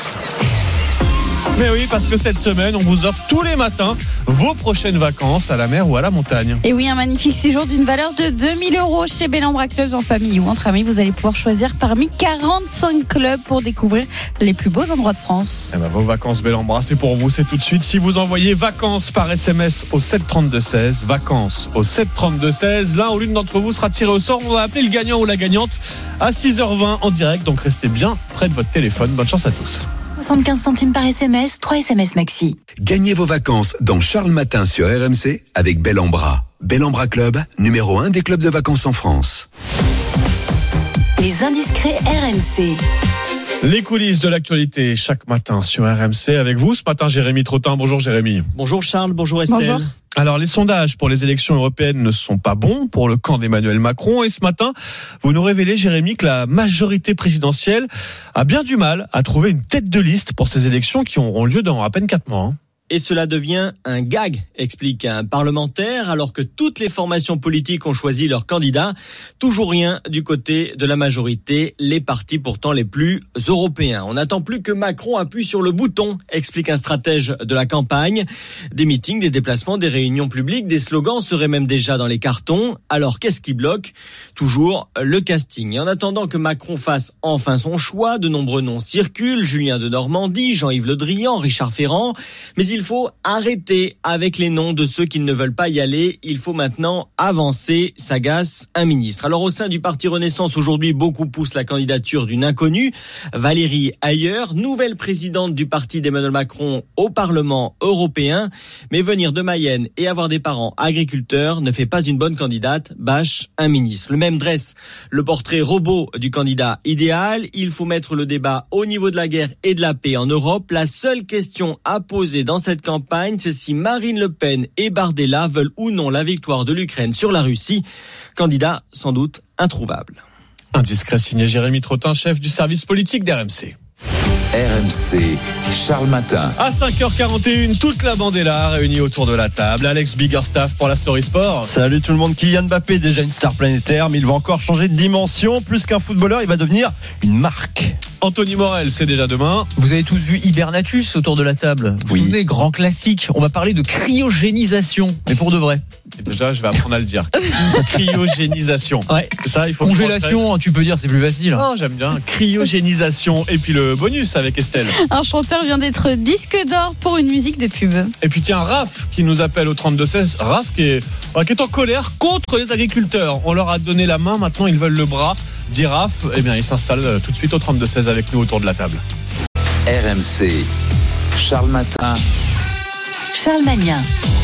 Mais oui, parce que cette semaine, on vous offre tous les matins vos prochaines vacances à la mer ou à la montagne. Et oui, un magnifique séjour d'une valeur de deux mille euros chez Bellambra Clubs en famille ou entre amis. Vous allez pouvoir choisir parmi quarante-cinq clubs pour découvrir les plus beaux endroits de France. Eh ben, vos vacances Bellambra, c'est pour vous, c'est tout de suite. Si vous envoyez vacances par S M S au sept trente-deux seize, vacances au sept trente-deux seize, l'un ou l'une d'entre vous sera tiré au sort. On va appeler le gagnant ou la gagnante à six heures vingt en direct. Donc restez bien près de votre téléphone. Bonne chance à tous. soixante-quinze centimes par S M S, trois S M S maxi. Gagnez vos vacances dans Charles Matin sur R M C avec Bellambra. Bellambra Club, numéro un des clubs de vacances en France. Les indiscrets R M C. Les coulisses de l'actualité chaque matin sur R M C avec vous. Ce matin, Jérémy Trottin. Bonjour Jérémy. Bonjour Charles, bonjour Estelle. Bonjour. Alors, les sondages pour les élections européennes ne sont pas bons pour le camp d'Emmanuel Macron. Et ce matin, vous nous révélez, Jérémy, que la majorité présidentielle a bien du mal à trouver une tête de liste pour ces élections qui auront lieu dans à peine quatre mois. Hein. Et cela devient un gag, explique un parlementaire, alors que toutes les formations politiques ont choisi leur candidat. Toujours rien du côté de la majorité, les partis pourtant les plus européens. On n'attend plus que Macron appuie sur le bouton, explique un stratège de la campagne. Des meetings, des déplacements, des réunions publiques, des slogans seraient même déjà dans les cartons. Alors qu'est-ce qui bloque ? Toujours le casting. Et en attendant que Macron fasse enfin son choix, de nombreux noms circulent. Julien de Normandie, Jean-Yves Le Drian, Richard Ferrand. Mais il faut arrêter avec les noms de ceux qui ne veulent pas y aller. Il faut maintenant avancer, s'agace un ministre. Alors au sein du parti Renaissance, aujourd'hui, beaucoup poussent la candidature d'une inconnue, Valérie Ayer, nouvelle présidente du parti d'Emmanuel Macron au Parlement européen. Mais venir de Mayenne et avoir des parents agriculteurs ne fait pas une bonne candidate, bâche un ministre. Le même dresse le portrait robot du candidat idéal. Il faut mettre le débat au niveau de la guerre et de la paix en Europe. La seule question à poser dans cette campagne, c'est si Marine Le Pen et Bardella veulent ou non la victoire de l'Ukraine sur la Russie. Candidat sans doute introuvable. Indiscret signé Jérémy Trottin, chef du service politique d'R M C. R M C, Charles Matin. À cinq heures quarante et une, toute la bande est là, réunie autour de la table. Alex Biggerstaff pour la Story Sport. Salut tout le monde. Kylian Mbappé, déjà une star planétaire, mais il va encore changer de dimension. Plus qu'un footballeur, il va devenir une marque. Anthony Morel, c'est déjà demain. Vous avez tous vu Hibernatus autour de la table. Vous Oui. vous souvenez, grand classique. On va parler de cryogénisation, mais pour de vrai. Et déjà, je vais apprendre à le dire. Cryogénisation. Ouais. Ça, il faut Congélation, tu peux dire, c'est plus facile. Non, j'aime bien. Cryogénisation. Et puis le bonus avec Estelle. Un chanteur vient d'être disque d'or pour une musique de pub. Et puis tiens, Raph qui nous appelle au trente-deux seize. Raph qui est, qui est en colère contre les agriculteurs. On leur a donné la main, maintenant ils veulent le bras. Dit Raph, eh bien il s'installe tout de suite au trente-deux seize avec nous autour de la table. R M C, Charles Matin. Charles Magnin.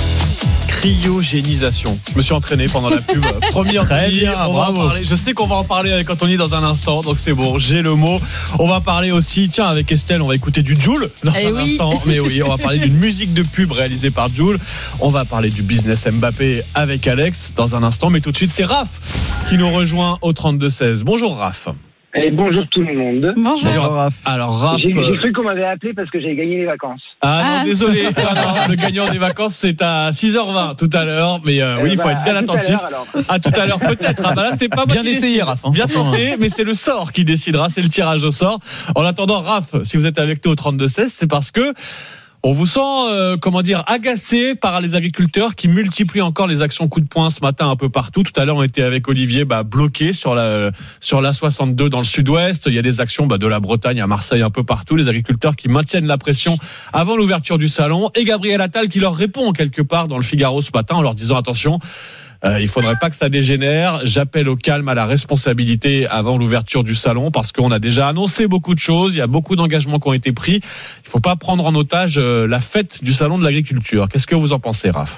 Cryogénisation. Je me suis entraîné pendant la pub. Première Très vie, bien, on va en bravo. parler. Je sais qu'on va en parler avec Anthony dans un instant, donc c'est bon, j'ai le mot. On va parler aussi, tiens, avec Estelle, on va écouter du Joule dans Eh un oui. instant. Mais oui, on va parler d'une musique de pub réalisée par Joule. On va parler du business Mbappé avec Alex dans un instant. Mais tout de suite, c'est Raph qui nous rejoint au trente-deux seize. Bonjour Raph. Et bonjour tout le monde. Bonjour. Bonjour Raph. Alors Raph. J'ai, euh, j'ai cru qu'on m'avait appelé parce que j'avais gagné les vacances. Ah non, Ah. désolé. Ah non, le gagnant des vacances, c'est à six heures vingt tout à l'heure. Mais euh, oui, il faut bah, être bien à tout à attentif. l'heure, alors. À tout à l'heure, peut-être. Ah bah là, c'est pas moi Bien qui essayé, décide. Raph, hein. Bien tenté, mais c'est le sort qui décidera. C'est le tirage au sort. En attendant, Raph, si vous êtes avec nous au trente-deux seize, c'est parce que on vous sent, euh, comment dire, agacé par les agriculteurs qui multiplient encore les actions coup de poing ce matin un peu partout. Tout à l'heure, on était avec Olivier, bah, bloqué sur la sur l'A soixante-deux dans le sud-ouest. Il y a des actions bah, de la Bretagne à Marseille un peu partout. Les agriculteurs qui maintiennent la pression avant l'ouverture du salon. Et Gabriel Attal qui leur répond quelque part dans le Figaro ce matin en leur disant attention. Euh, il faudrait pas que ça dégénère. J'appelle au calme, à la responsabilité avant l'ouverture du salon, parce qu'on a déjà annoncé beaucoup de choses. Il y a beaucoup d'engagements qui ont été pris. Il faut pas prendre en otage euh, la fête du salon de l'agriculture. Qu'est-ce que vous en pensez, Raph?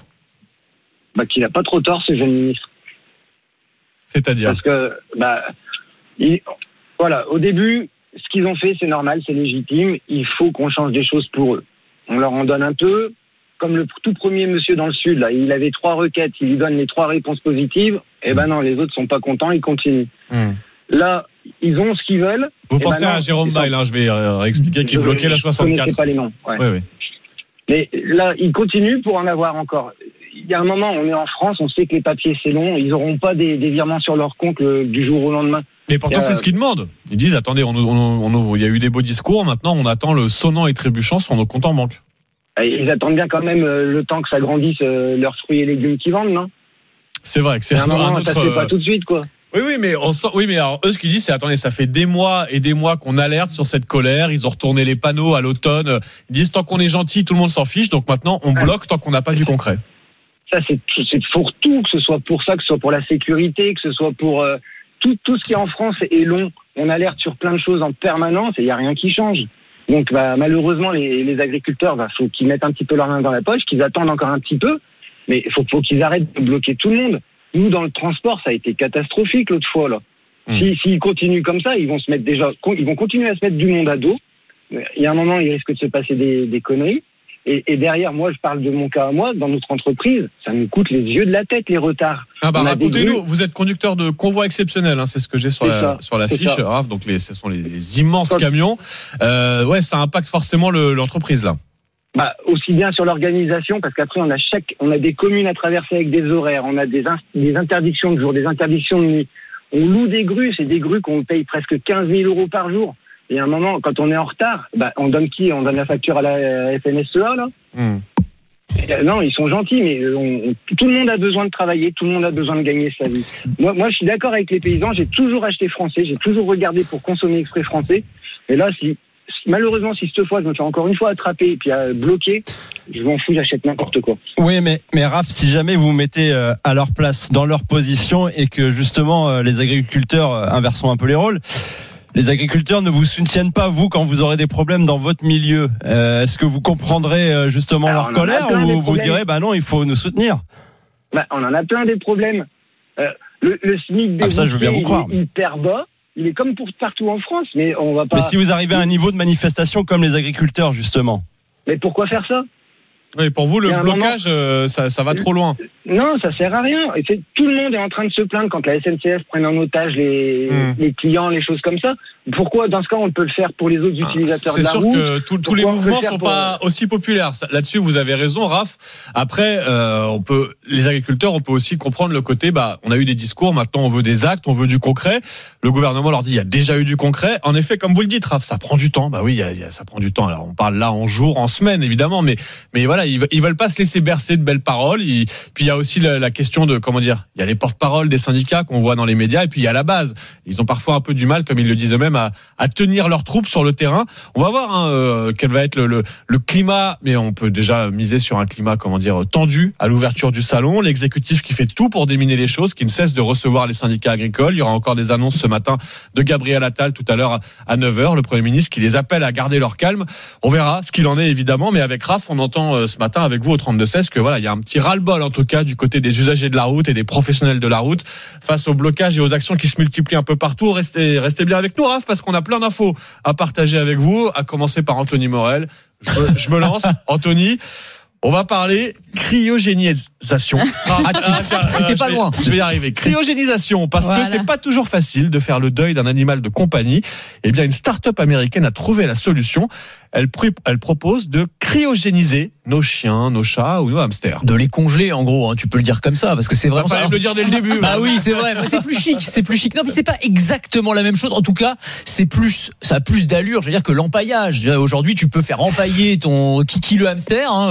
Bah, qu'il n'a pas trop tort, ce jeune ministre. C'est-à-dire? Parce que, bah, il, voilà, au début, ce qu'ils ont fait, c'est normal, c'est légitime. Il faut qu'on change des choses pour eux. On leur en donne un peu. Comme le tout premier monsieur dans le Sud, là, il avait trois requêtes, il lui donne les trois réponses positives. Eh ben non, les autres sont pas contents, ils continuent. Mmh. Là, ils ont ce qu'ils veulent. Vous pensez ben non, à Jérôme Bail, hein, je vais euh, expliquer qu'il bloquait la soixante-quatre. Je ne connaissais pas les noms. Ouais. Oui, oui. Mais là, ils continuent pour en avoir encore. Il y a un moment, on est en France, on sait que les papiers c'est long, ils n'auront pas des, des virements sur leur compte le, du jour au lendemain. Mais pourtant, c'est ce qu'ils demandent. Ils disent, attendez, on, on, on, il y a eu des beaux discours, maintenant on attend le sonnant et trébuchant sur nos comptes en banque. Ils attendent bien quand même le temps que ça grandisse leurs fruits et légumes qu'ils vendent, non? C'est vrai que c'est un, un moment, un autre... ça se fait pas tout de suite, quoi. Oui, oui, mais on sent... oui, mais alors eux, ce qu'ils disent, c'est attendez, ça fait des mois et des mois qu'on alerte sur cette colère. Ils ont retourné les panneaux à l'automne. Ils disent tant qu'on est gentil, tout le monde s'en fiche. Donc maintenant, on bloque tant qu'on n'a pas du concret. Ça, c'est, c'est pour tout, que ce soit pour ça, que ce soit pour la sécurité, que ce soit pour euh, tout, tout ce qui est en France est long. On alerte sur plein de choses en permanence et il y a rien qui change. Donc, bah, malheureusement, les, les agriculteurs, bah, faut qu'ils mettent un petit peu leurs mains dans la poche, qu'ils attendent encore un petit peu, mais il faut, faut qu'ils arrêtent de bloquer tout le monde. Nous, dans le transport, ça a été catastrophique l'autre fois, là. Mmh. Si, s'ils continuent comme ça, ils vont se mettre déjà, ils vont continuer à se mettre du monde à dos. Il y a un moment, il risque de se passer des, des conneries. Et, et derrière, moi, je parle de mon cas à moi, dans notre entreprise, ça nous coûte les yeux de la tête, les retards. Ah bah, racontez-nous, vous êtes conducteur de convoi exceptionnel, hein, c'est ce que j'ai sur, la, sur la fiche, Raph, donc les, ce sont les, les immenses Comme... camions. Euh, ouais, ça impacte forcément le, l'entreprise, là. Bah, aussi bien sur l'organisation, parce qu'après, on a chaque, on a des communes à traverser avec des horaires, on a des, in, des interdictions de jour, des interdictions de nuit. On loue des grues, c'est des grues qu'on paye presque quinze mille euros par jour. Et à un moment, quand on est en retard, bah, on donne qui? On donne la facture à la F N S E A, là? Mmh. Et, non, ils sont gentils, mais on, on, tout le monde a besoin de travailler, tout le monde a besoin de gagner sa vie. Moi, moi, je suis d'accord avec les paysans, j'ai toujours acheté français, j'ai toujours regardé pour consommer exprès français. Et là, si, malheureusement, si cette fois, je me fais encore une fois attraper et puis à bloquer, je m'en fous, j'achète n'importe quoi. Oui, mais, mais Raph, si jamais vous vous mettez à leur place, dans leur position, et que justement, les agriculteurs, inversons un peu les rôles, les agriculteurs ne vous soutiennent pas, vous, quand vous aurez des problèmes dans votre milieu. Euh, est-ce que vous comprendrez justement Alors, leur colère ou vous direz, bah non, il faut nous soutenir? Bah, on en a plein des problèmes. Euh, le, le SMIC des ah, ça, je veux bien vous croire. Il est hyper bas. Il est comme pour partout en France, mais on va pas. Mais si vous arrivez à un niveau de manifestation comme les agriculteurs, justement. Mais pourquoi faire ça? Oui, pour vous, le blocage, moment... euh, ça, ça va trop loin. Non, ça sert à rien. Et c'est, tout le monde est en train de se plaindre quand la S N C F prenne en otage les, mmh. les clients, les choses comme ça. Pourquoi, dans ce cas, on peut le faire pour les autres utilisateurs ah, de la route? C'est sûr que tout, tous les mouvements sont pour... pas aussi populaires. Là-dessus, vous avez raison, Raph. Après, euh, on peut, les agriculteurs, on peut aussi comprendre le côté, bah, on a eu des discours, maintenant on veut des actes, on veut du concret. Le gouvernement leur dit, il y a déjà eu du concret. En effet, comme vous le dites, Raph, ça prend du temps. Bah oui, il y a, il y a, ça prend du temps. Alors, on parle là en jours, en semaines, évidemment, mais, mais voilà, ils, ils veulent pas se laisser bercer de belles paroles. Ils, puis il y a aussi la, la question de, comment dire, il y a les porte-paroles des syndicats qu'on voit dans les médias, et puis il y a la base. Ils ont parfois un peu du mal, comme ils le disent eux-mêmes, à, à tenir leurs troupes sur le terrain. On va voir hein, euh, quel va être le, le, le climat, mais on peut déjà miser sur un climat, comment dire, tendu à l'ouverture du salon. L'exécutif qui fait tout pour déminer les choses, qui ne cesse de recevoir les syndicats agricoles. Il y aura encore des annonces ce matin de Gabriel Attal tout à l'heure à neuf heures, le Premier ministre qui les appelle à garder leur calme. On verra ce qu'il en est évidemment, mais avec Raph, on entend euh, ce matin avec vous au trente-deux seize que voilà, il y a un petit ras-le-bol en tout cas du côté des usagers de la route et des professionnels de la route face au blocage et aux actions qui se multiplient un peu partout. Restez, restez bien avec nous, Raph, parce qu'on a plein d'infos à partager avec vous, à commencer par Anthony Morel. Je me, je me lance, Anthony. On va parler cryogénisation. Ah, ah, C'était euh, pas vais, loin. Je vais y arriver. Cryogénisation, parce voilà. que c'est pas toujours facile de faire le deuil d'un animal de compagnie. Eh bien, une start-up américaine a trouvé la solution. Elle, elle propose de cryogéniser nos chiens, nos chats ou nos hamsters. De les congeler, en gros, hein, tu peux le dire comme ça, parce que c'est vraiment. Il fallait le dire dès le début. Bah oui, c'est vrai. C'est plus chic, c'est plus chic. Non, mais c'est pas exactement la même chose. En tout cas, c'est plus, ça a plus d'allure. Je veux dire que l'empaillage. Aujourd'hui, tu peux faire empailler ton Kiki le hamster, hein, ou,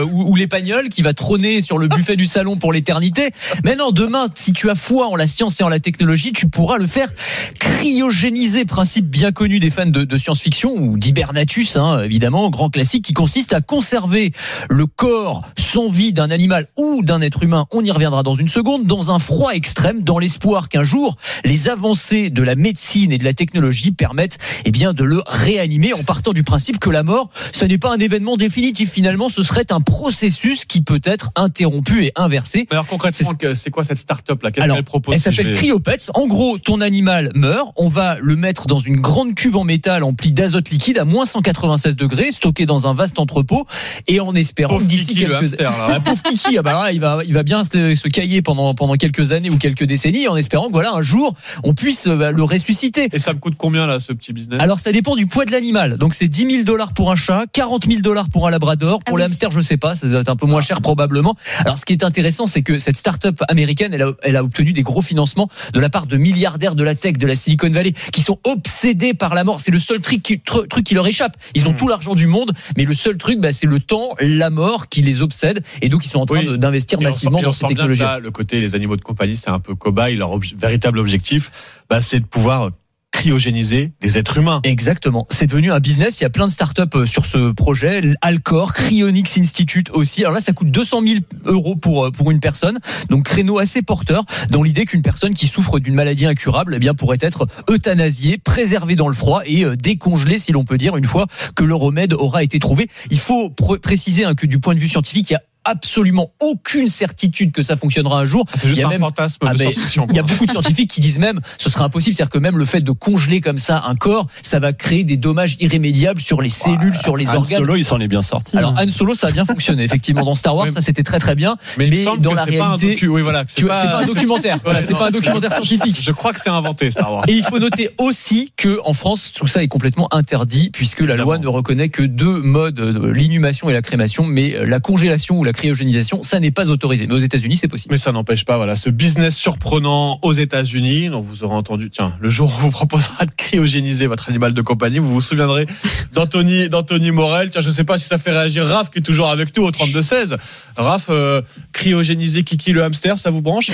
ou, ou l'épagnol qui va trôner sur le buffet du salon pour l'éternité. Mais non, demain, si tu as foi en la science et en la technologie, tu pourras le faire cryogéniser, principe bien connu des fans de, de science-fiction ou d'hibernatus, hein, évidemment, grand classique qui consiste à conserver le corps sans vie d'un animal ou d'un être humain, on y reviendra dans une seconde, dans un froid extrême, dans l'espoir qu'un jour, les avancées de la médecine et de la technologie permettent eh bien, de le réanimer en partant du principe que la mort, ce n'est pas un événement définitif. Finalement, ce serait un processus qui peut être interrompu et inversé. Alors concrètement, c'est, c'est quoi cette start-up là? Qu'est-ce Alors, qu'elle propose? Elle si s'appelle vais... Cryopets. En gros, ton animal meurt, on va le mettre dans une grande cuve en métal emplie d'azote liquide à moins cent quatre-vingt-seize degrés, stocké dans un vaste entrepôt, et en espérant pauvre d'ici Kiki, quelques le hamster, là. Ah, pauvre Kiki, ah bah là, il va, il va bien se, se cailler pendant pendant quelques années ou quelques décennies, en espérant que voilà un jour on puisse bah, le ressusciter. Et ça me coûte combien là, ce petit business? Alors ça dépend du poids de l'animal. Donc c'est dix mille dollars pour un chat, quarante mille dollars pour un labrador. Pour ah, le oui. hamster, je sais pas, ça doit être un peu moins cher probablement. Alors ce qui est intéressant, c'est que cette start-up américaine, elle a, elle a obtenu des gros financements de la part de milliardaires de la tech, de la Silicon Valley, qui sont obsédés par la mort. C'est le seul truc qui, tr- truc qui leur échappe. Ils ont mmh. tout l'argent du monde, mais le seul truc, bah, c'est le temps, la mort qui les obsède, et donc ils sont en train oui. de, d'investir et massivement sent, dans ces technologies. Là, le côté les animaux de compagnie, c'est un peu cobaye. Leur obje- véritable objectif, bah, c'est de pouvoir cryogéniser des êtres humains. Exactement. C'est devenu un business. Il y a plein de startups sur ce projet. Alcor, Cryonics Institute aussi. Alors là, ça coûte deux cent mille euros pour, pour une personne. Donc, créneau assez porteur dans l'idée qu'une personne qui souffre d'une maladie incurable, eh bien, pourrait être euthanasiée, préservée dans le froid et décongelée, si l'on peut dire, une fois que le remède aura été trouvé. Il faut pr- préciser hein, que du point de vue scientifique, il y a absolument aucune certitude que ça fonctionnera un jour. C'est juste il y a un même, fantasme ah de ben, science-fiction. Il y a beaucoup de scientifiques qui disent même ce sera impossible, c'est-à-dire que même le fait de congeler comme ça un corps, ça va créer des dommages irrémédiables sur les cellules, ouais, sur les Han organes. Solo, il s'en est bien sorti. Alors Han Solo, ça a bien fonctionné effectivement dans Star Wars, mais, ça c'était très très bien. Mais, mais dans la c'est réalité, pas un docu- oui, voilà, c'est, tu, pas, c'est pas un documentaire. Voilà, c'est pas un documentaire scientifique. Je crois que c'est inventé Star Wars. Et il faut noter aussi que en France, tout ça est complètement interdit puisque la Évidemment. loi ne reconnaît que deux modes, l'inhumation et la crémation, mais la congélation ou la cryogénisation, ça n'est pas autorisé. Mais aux États-Unis, c'est possible. Mais ça n'empêche pas, voilà, ce business surprenant aux États-Unis, dont vous aurez entendu, tiens, le jour où on vous proposera de cryogéniser votre animal de compagnie, vous vous souviendrez d'Anthony, d'Anthony Morel. Tiens, je sais pas si ça fait réagir Raph, qui est toujours avec nous au trente-deux seize. Raph, euh, cryogéniser Kiki le hamster, ça vous branche?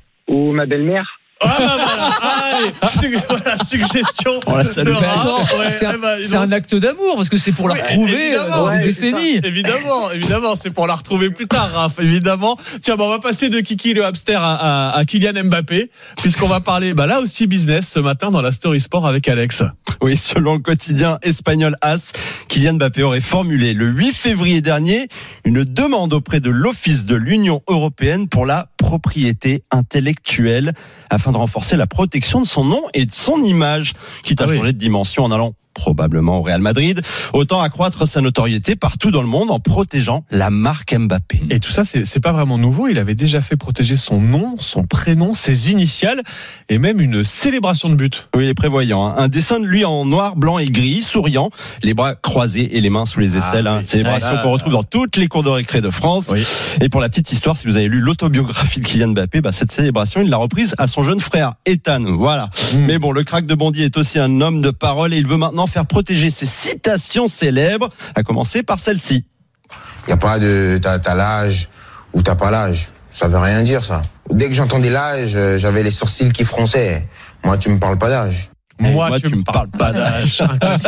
Ou ma belle-mère. Ah bah voilà, allez, voilà, suggestion. On la salue. de Raph. Attends, Ouais, c'est, un, eh ben, c'est un acte d'amour parce que c'est pour la oui, retrouver dans ouais, des décennies. Évidemment, évidemment, c'est pour la retrouver plus tard, Raph, évidemment. Tiens, bah, on va passer de Kiki le hamster à, à, à Kylian Mbappé, puisqu'on va parler, bah, là aussi business ce matin dans la Story Sport avec Alex. Oui, selon le quotidien espagnol As, Kylian Mbappé aurait formulé le huit février dernier une demande auprès de l'Office de l'Union européenne pour la propriété intellectuelle afin de renforcer la protection de son nom et de son image, quitte à ah oui. changer de dimension en allant probablement au Real Madrid, autant accroître sa notoriété partout dans le monde en protégeant la marque Mbappé. Et tout ça, c'est, c'est pas vraiment nouveau. Il avait déjà fait protéger son nom, son prénom, ses initiales et même une célébration de but. Oui, il est prévoyant. Hein. Un dessin de lui en noir, blanc et gris, souriant, les bras croisés et les mains sous les aisselles. Ah, hein. oui. Célébration ah, qu'on retrouve dans toutes les cours de récré de France. Oui. Et pour la petite histoire, si vous avez lu l'autobiographie de Kylian Mbappé, bah, cette célébration, il l'a reprise à son jeune frère, Ethan. Voilà. Mmh. Mais bon, le crack de Bondy est aussi un homme de parole et il veut maintenant faire protéger ses citations célèbres, à commencer par celle-ci. Il n'y a pas de t'as, t'as l'âge ou t'as pas l'âge. Ça veut rien dire, ça. Dès que j'entendais l'âge, j'avais les sourcils qui fronçaient. Moi, tu me parles pas d'âge. Moi, moi, tu, tu me parles pas d'âge.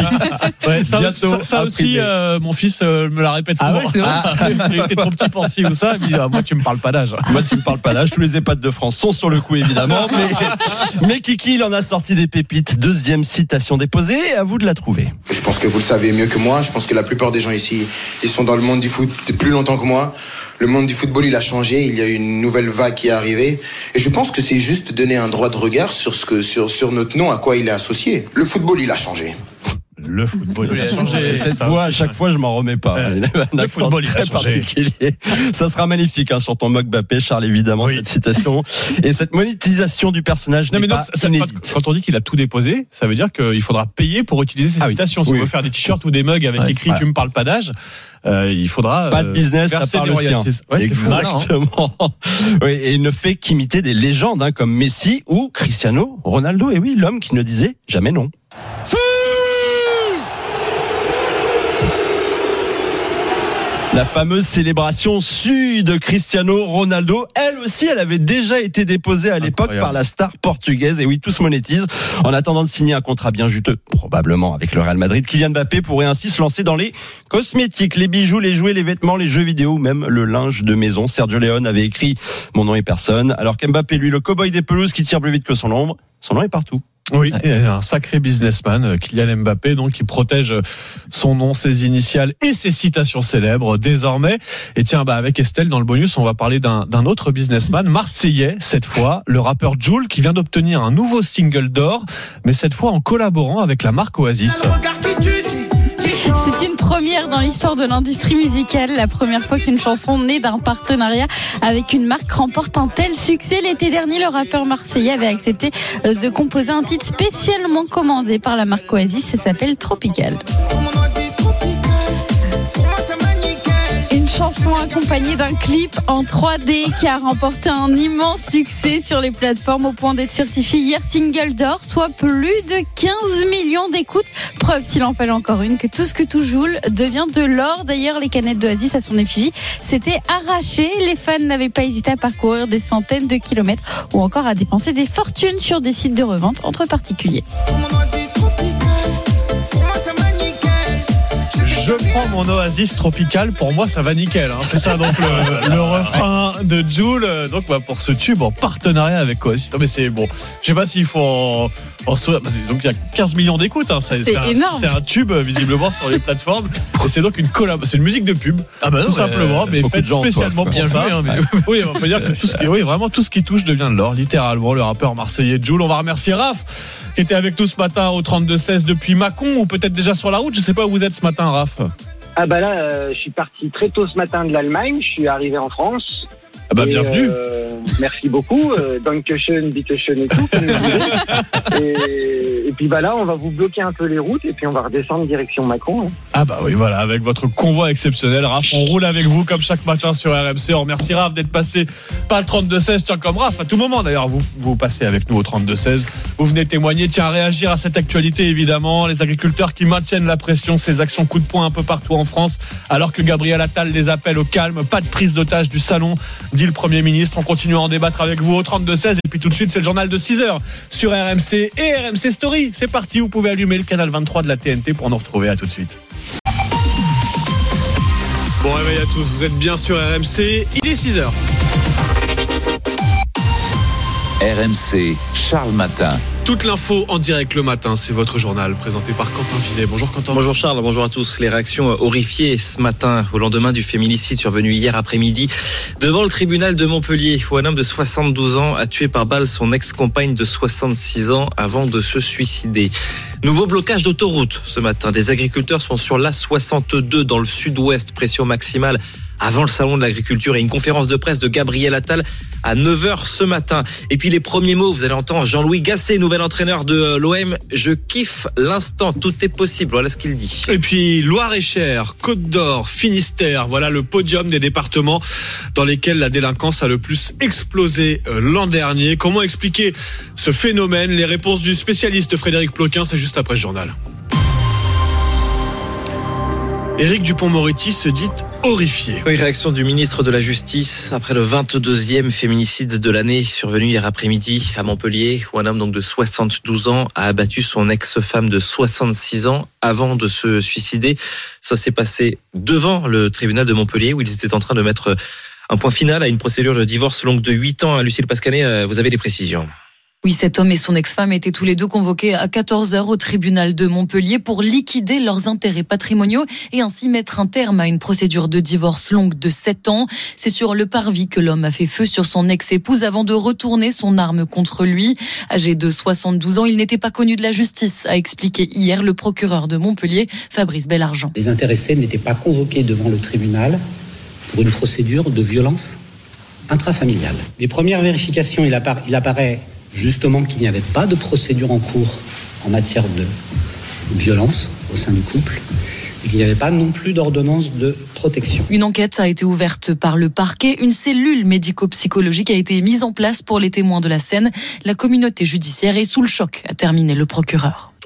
Ouais, ça, Bientôt, ça, ça aussi, euh, mon fils euh, me la répète souvent. Ah ouais, c'est vrai. Ah. J'ai été trop petit pour ci ou ça. Il dit, ah, moi, tu me parles pas d'âge. Moi, tu me parles pas d'âge. Tous les EHPAD de France sont sur le coup, évidemment. Mais, mais Kiki, il en a sorti des pépites. Deuxième citation déposée. À vous de la trouver. Je pense que vous le savez mieux que moi. Je pense que la plupart des gens ici, ils sont dans le monde du foot plus longtemps que moi. Le monde du football, il a changé. Il y a une nouvelle vague qui est arrivée. Et je pense que c'est juste donner un droit de regard sur ce que, sur, sur notre nom, à quoi il est associé. Le football, il a changé. Le football, il a changé. Cette voix, à chaque fois, je m'en remets pas. Euh, le football, il a changé. Ça sera magnifique, hein, sur ton mock Mbappé, Charles, évidemment, oui. Cette citation. Et cette monétisation du personnage non, n'est mais pas non, inédite. Quand on dit qu'il a tout déposé, ça veut dire qu'il faudra payer pour utiliser ces ah, citations. Oui. Si oui. on veut faire des t-shirts ou des mugs avec ouais, écrit « Tu me parles pas d'âge », Euh, il faudra pas de business à part le sien. Ouais, exactement. Hein. Oui, et il ne fait qu'imiter des légendes hein, comme Messi ou Cristiano Ronaldo. Et oui, l'homme qui ne disait jamais non. La fameuse célébration su de Cristiano Ronaldo, elle aussi, elle avait déjà été déposée à l'époque par la star portugaise. Et oui, tout se monétise. En attendant de signer un contrat bien juteux, probablement avec le Real Madrid, Kylian Mbappé pourrait ainsi se lancer dans les cosmétiques, les bijoux, les jouets, les vêtements, les jeux vidéo, même le linge de maison. Sergio Leone avait écrit « Mon nom est personne », alors qu'Mbappé, lui, le cow-boy des pelouses qui tire plus vite que son ombre, son nom est partout. Oui, et un sacré businessman, Kylian Mbappé, donc qui protège son nom, ses initiales et ses citations célèbres désormais. Et tiens, bah avec Estelle dans le bonus, on va parler d'un, d'un autre businessman marseillais cette fois, le rappeur Jul, qui vient d'obtenir un nouveau single d'or, mais cette fois en collaborant avec la marque Oasis. C'est une première dans l'histoire de l'industrie musicale. La première fois qu'une chanson née d'un partenariat avec une marque remporte un tel succès. L'été dernier, le rappeur marseillais avait accepté de composer un titre spécialement commandé par la marque Oasis. Ça s'appelle Tropical. Chanson accompagnée d'un clip en trois D qui a remporté un immense succès sur les plateformes au point d'être certifié hier single d'or, soit plus de quinze millions d'écoutes. Preuve, s'il en fallait encore une, que tout ce que tout Joule devient de l'or. D'ailleurs, les canettes d'Oasis à son effigie s'étaient arrachées. Les fans n'avaient pas hésité à parcourir des centaines de kilomètres ou encore à dépenser des fortunes sur des sites de revente entre particuliers. Je prends mon Oasis tropical, pour moi ça va nickel, hein. C'est ça donc le, le refrain de Jul, donc bah, pour ce tube en partenariat avec Oasis. Non mais c'est bon, je sais pas s'il faut en, en donc il y a quinze millions d'écoutes, hein. c'est, c'est, c'est, un, énorme. C'est un tube visiblement sur les plateformes et c'est donc une collab, c'est une musique de pub, ah bah non, tout simplement, mais faite spécialement pour ça. Hein, mais, oui, on peut dire que tout ce qui, oui, vraiment tout ce qui touche devient de l'or, littéralement. Le rappeur marseillais Jul. On va remercier Raph qui était avec nous ce matin au trente-deux seize depuis Mâcon ou peut-être déjà sur la route. Je sais pas où vous êtes ce matin, Raph. Ah bah là, euh, je suis parti très tôt ce matin de l'Allemagne. Je suis arrivé en France. Ah bah et, bienvenue. Euh, merci beaucoup. Euh, Dankeschön, bitteschön et tout. et, et puis bah là, on va vous bloquer un peu les routes et puis on va redescendre direction Mâcon. Hein. Ah bah oui, voilà, avec votre convoi exceptionnel, Raph, on roule avec vous comme chaque matin sur R M C. On remercie Raph d'être passé par le trente-deux seize. Tiens, comme Raph, à tout moment d'ailleurs, vous, vous passez avec nous au trente-deux seize. Vous venez témoigner, tiens, réagir à cette actualité évidemment. Les agriculteurs qui maintiennent la pression, ces actions coup de poing un peu partout en France, alors que Gabriel Attal les appelle au calme. Pas de prise d'otage du salon, dit le Premier ministre. On continue à en débattre avec vous au trente-deux seize. Et puis tout de suite, c'est le journal de six heures sur R M C et R M C Story. C'est parti, vous pouvez allumer le canal vingt-trois de la T N T pour nous retrouver. À tout de suite. Bon réveil à tous, vous êtes bien sur R M C, il est six heures. R M C, Charles Matin. Toute l'info en direct le matin, c'est votre journal présenté par Quentin Vinet. Bonjour Quentin. Bonjour Charles, bonjour à tous. Les réactions horrifiées ce matin au lendemain du féminicide survenu hier après-midi devant le tribunal de Montpellier où un homme de soixante-douze ans a tué par balle son ex-compagne de soixante-six ans avant de se suicider. Nouveau blocage d'autoroute ce matin. Des agriculteurs sont sur l'A soixante-deux dans le sud-ouest, pression maximale avant le salon de l'agriculture et une conférence de presse de Gabriel Attal à neuf heures ce matin. Et puis les premiers mots, vous allez entendre Jean-Louis Gasset, nouvel entraîneur de l'O M. Je kiffe l'instant, tout est possible. Voilà ce qu'il dit. Et puis Loir-et-Cher, Côte d'Or, Finistère, voilà le podium des départements dans lesquels la délinquance a le plus explosé l'an dernier. Comment expliquer ce phénomène? Les réponses du spécialiste Frédéric Ploquin, c'est juste après ce journal. Éric Dupond-Moretti se dit horrifié. Oui, réaction du ministre de la Justice après le vingt-deuxième féminicide de l'année survenu hier après-midi à Montpellier où un homme donc de soixante-douze ans a abattu son ex-femme de soixante-six ans avant de se suicider. Ça s'est passé devant le tribunal de Montpellier où ils étaient en train de mettre un point final à une procédure de divorce longue de huit ans. Lucille Pascanet, vous avez des précisions? Oui, cet homme et son ex-femme étaient tous les deux convoqués à quatorze heures au tribunal de Montpellier pour liquider leurs intérêts patrimoniaux et ainsi mettre un terme à une procédure de divorce longue de sept ans. C'est sur le parvis que l'homme a fait feu sur son ex-épouse avant de retourner son arme contre lui. Âgé de soixante-douze ans, il n'était pas connu de la justice, a expliqué hier le procureur de Montpellier, Fabrice Bellargent. Les intéressés n'étaient pas convoqués devant le tribunal pour une procédure de violence intrafamiliale. Les premières vérifications, il appara- il apparaît justement qu'il n'y avait pas de procédure en cours en matière de violence au sein du couple et qu'il n'y avait pas non plus d'ordonnance de protection. Une enquête a été ouverte par le parquet. Une cellule médico-psychologique a été mise en place pour les témoins de la scène. La communauté judiciaire est sous le choc, a terminé le procureur.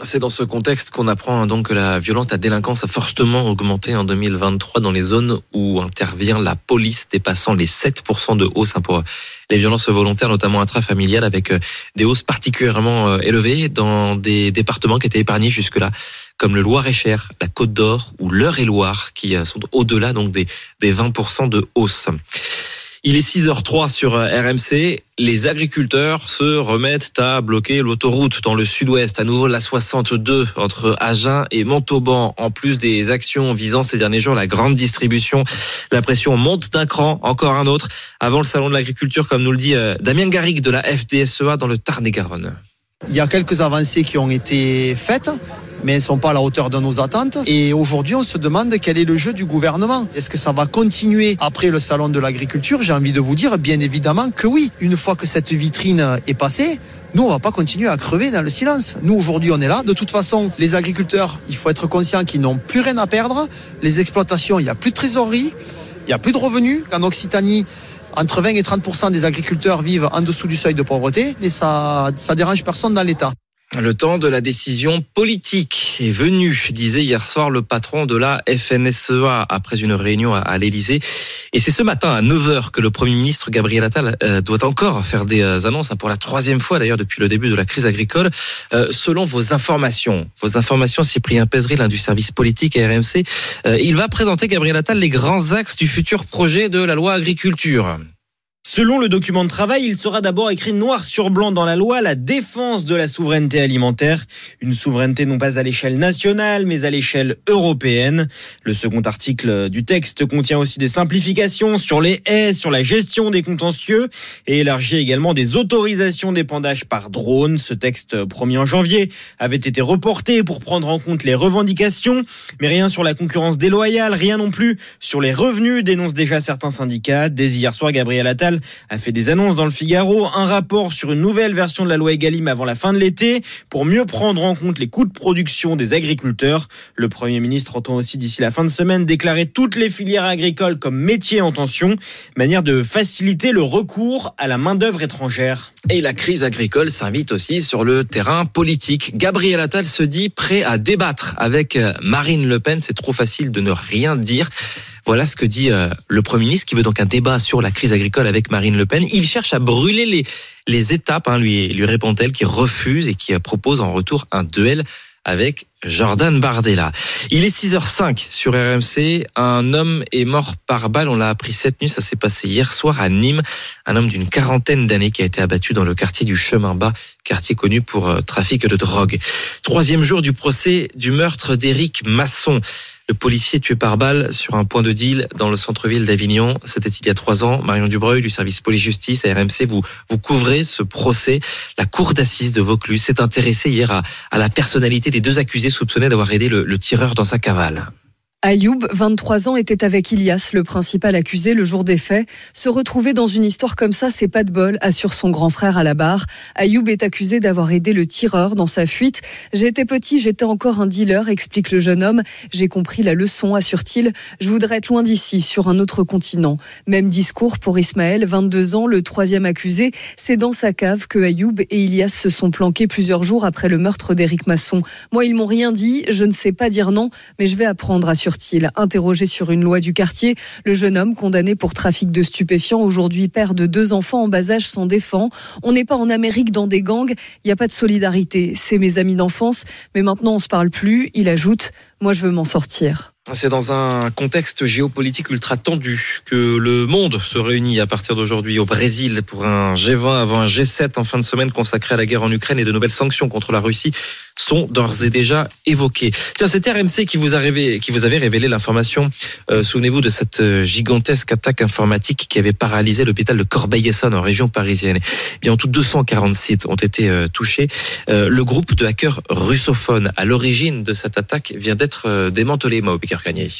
C'est dans ce contexte qu'on apprend donc que la violence, la délinquance a fortement augmenté en deux mille vingt-trois dans les zones où intervient la police, dépassant les sept pour cent de hausse pour les violences volontaires, notamment intrafamiliales, avec des hausses particulièrement élevées dans des départements qui étaient épargnés jusque-là, comme le Loir-et-Cher, la Côte d'Or ou l'Eure-et-Loir, qui sont au-delà donc des, des vingt pour cent de hausse. Il est six heures zéro trois sur R M C. Les agriculteurs se remettent à bloquer l'autoroute dans le sud-ouest. À nouveau, la soixante-deux entre Agen et Montauban. En plus des actions visant ces derniers jours la grande distribution, la pression monte d'un cran, encore un autre, avant le salon de l'agriculture, comme nous le dit Damien Garrigue de la F D S E A dans le Tarn-et-Garonne. Il y a quelques avancées qui ont été faites, mais elles ne sont pas à la hauteur de nos attentes. Et aujourd'hui, on se demande quel est le jeu du gouvernement. Est-ce que ça va continuer après le salon de l'agriculture ? J'ai envie de vous dire, bien évidemment que oui. Une fois que cette vitrine est passée, nous, on ne va pas continuer à crever dans le silence. Nous, aujourd'hui, on est là. De toute façon, les agriculteurs, il faut être conscient qu'ils n'ont plus rien à perdre. Les exploitations, il n'y a plus de trésorerie, il n'y a plus de revenus. En Occitanie, entre vingt et trente pour cent des agriculteurs vivent en dessous du seuil de pauvreté, mais ça, ça dérange personne dans l'État. Le temps de la décision politique est venu, disait hier soir le patron de la F N S E A après une réunion à l'Élysée. Et c'est ce matin à neuf heures que le Premier ministre Gabriel Attal doit encore faire des annonces, pour la troisième fois d'ailleurs depuis le début de la crise agricole. Selon vos informations, vos informations, Cyprien Pézeril, l'un du service politique à R M C, il va présenter, Gabriel Attal, les grands axes du futur projet de la loi agriculture. Selon le document de travail, il sera d'abord écrit noir sur blanc dans la loi la défense de la souveraineté alimentaire. Une souveraineté non pas à l'échelle nationale, mais à l'échelle européenne. Le second article du texte contient aussi des simplifications sur les haies, sur la gestion des contentieux et élargit également des autorisations d'épandage par drone. Ce texte promis en janvier avait été reporté pour prendre en compte les revendications, mais rien sur la concurrence déloyale, rien non plus sur les revenus, dénoncent déjà certains syndicats. Dès hier soir, Gabriel Attal a fait des annonces dans le Figaro, un rapport sur une nouvelle version de la loi Egalim avant la fin de l'été pour mieux prendre en compte les coûts de production des agriculteurs. Le Premier ministre entend aussi d'ici la fin de semaine déclarer toutes les filières agricoles comme métiers en tension, manière de faciliter le recours à la main-d'œuvre étrangère. Et la crise agricole s'invite aussi sur le terrain politique. Gabriel Attal se dit prêt à débattre avec Marine Le Pen. C'est trop facile de ne rien dire. Voilà ce que dit euh, le Premier ministre, qui veut donc un débat sur la crise agricole avec Marine Le Pen. Il cherche à brûler les, les étapes, hein, lui, lui répond-elle, qui refuse et qui propose en retour un duel avec Jordan Bardella. Il est six heures cinq sur R M C. Un homme est mort par balle. On l'a appris cette nuit. Ça s'est passé hier soir à Nîmes. Un homme d'une quarantaine d'années qui a été abattu dans le quartier du Chemin Bas, quartier connu pour euh, trafic de drogue. Troisième jour du procès du meurtre d'Éric Masson. Le policier tué par balle sur un point de deal dans le centre-ville d'Avignon. C'était il y a trois ans. Marion Dubreuil du service police-justice à R M C, vous, vous couvrez ce procès. La cour d'assises de Vaucluse s'est intéressée hier à, à la personnalité des deux accusés soupçonnés d'avoir aidé le, le tireur dans sa cavale. Ayoub, vingt-trois ans, était avec Ilias, le principal accusé, le jour des faits. Se retrouver dans une histoire comme ça, c'est pas de bol, assure son grand frère à la barre. Ayoub est accusé d'avoir aidé le tireur dans sa fuite. J'ai été petit, j'étais encore un dealer, explique le jeune homme. J'ai compris la leçon, assure-t-il. Je voudrais être loin d'ici, sur un autre continent. Même discours pour Ismaël, vingt-deux ans, le troisième accusé. C'est dans sa cave que Ayoub et Ilias se sont planqués plusieurs jours après le meurtre d'Éric Masson. Moi, ils m'ont rien dit, je ne sais pas dire non, mais je vais apprendre, assure Interrogé sur une loi du quartier, le jeune homme condamné pour trafic de stupéfiants, aujourd'hui père de deux enfants en bas âge, s'en défend. On n'est pas en Amérique dans des gangs, il n'y a pas de solidarité. C'est mes amis d'enfance, mais maintenant on se parle plus. Il ajoute, moi je veux m'en sortir. C'est dans un contexte géopolitique ultra tendu que le monde se réunit à partir d'aujourd'hui au Brésil pour un G vingt avant un G sept en fin de semaine consacré à la guerre en Ukraine, et de nouvelles sanctions contre la Russie sont d'ores et déjà évoquées. Tiens, c'est R M C qui vous a révélé, qui vous avait révélé l'information. Euh, souvenez-vous de cette gigantesque attaque informatique qui avait paralysé l'hôpital de Corbeil-Essonnes en région parisienne. Eh bien, en tout, deux cent quarante sites ont été euh, touchés. Euh, le groupe de hackers russophones à l'origine de cette attaque vient d'être euh, démantelé, Mao Pécard-Cagné.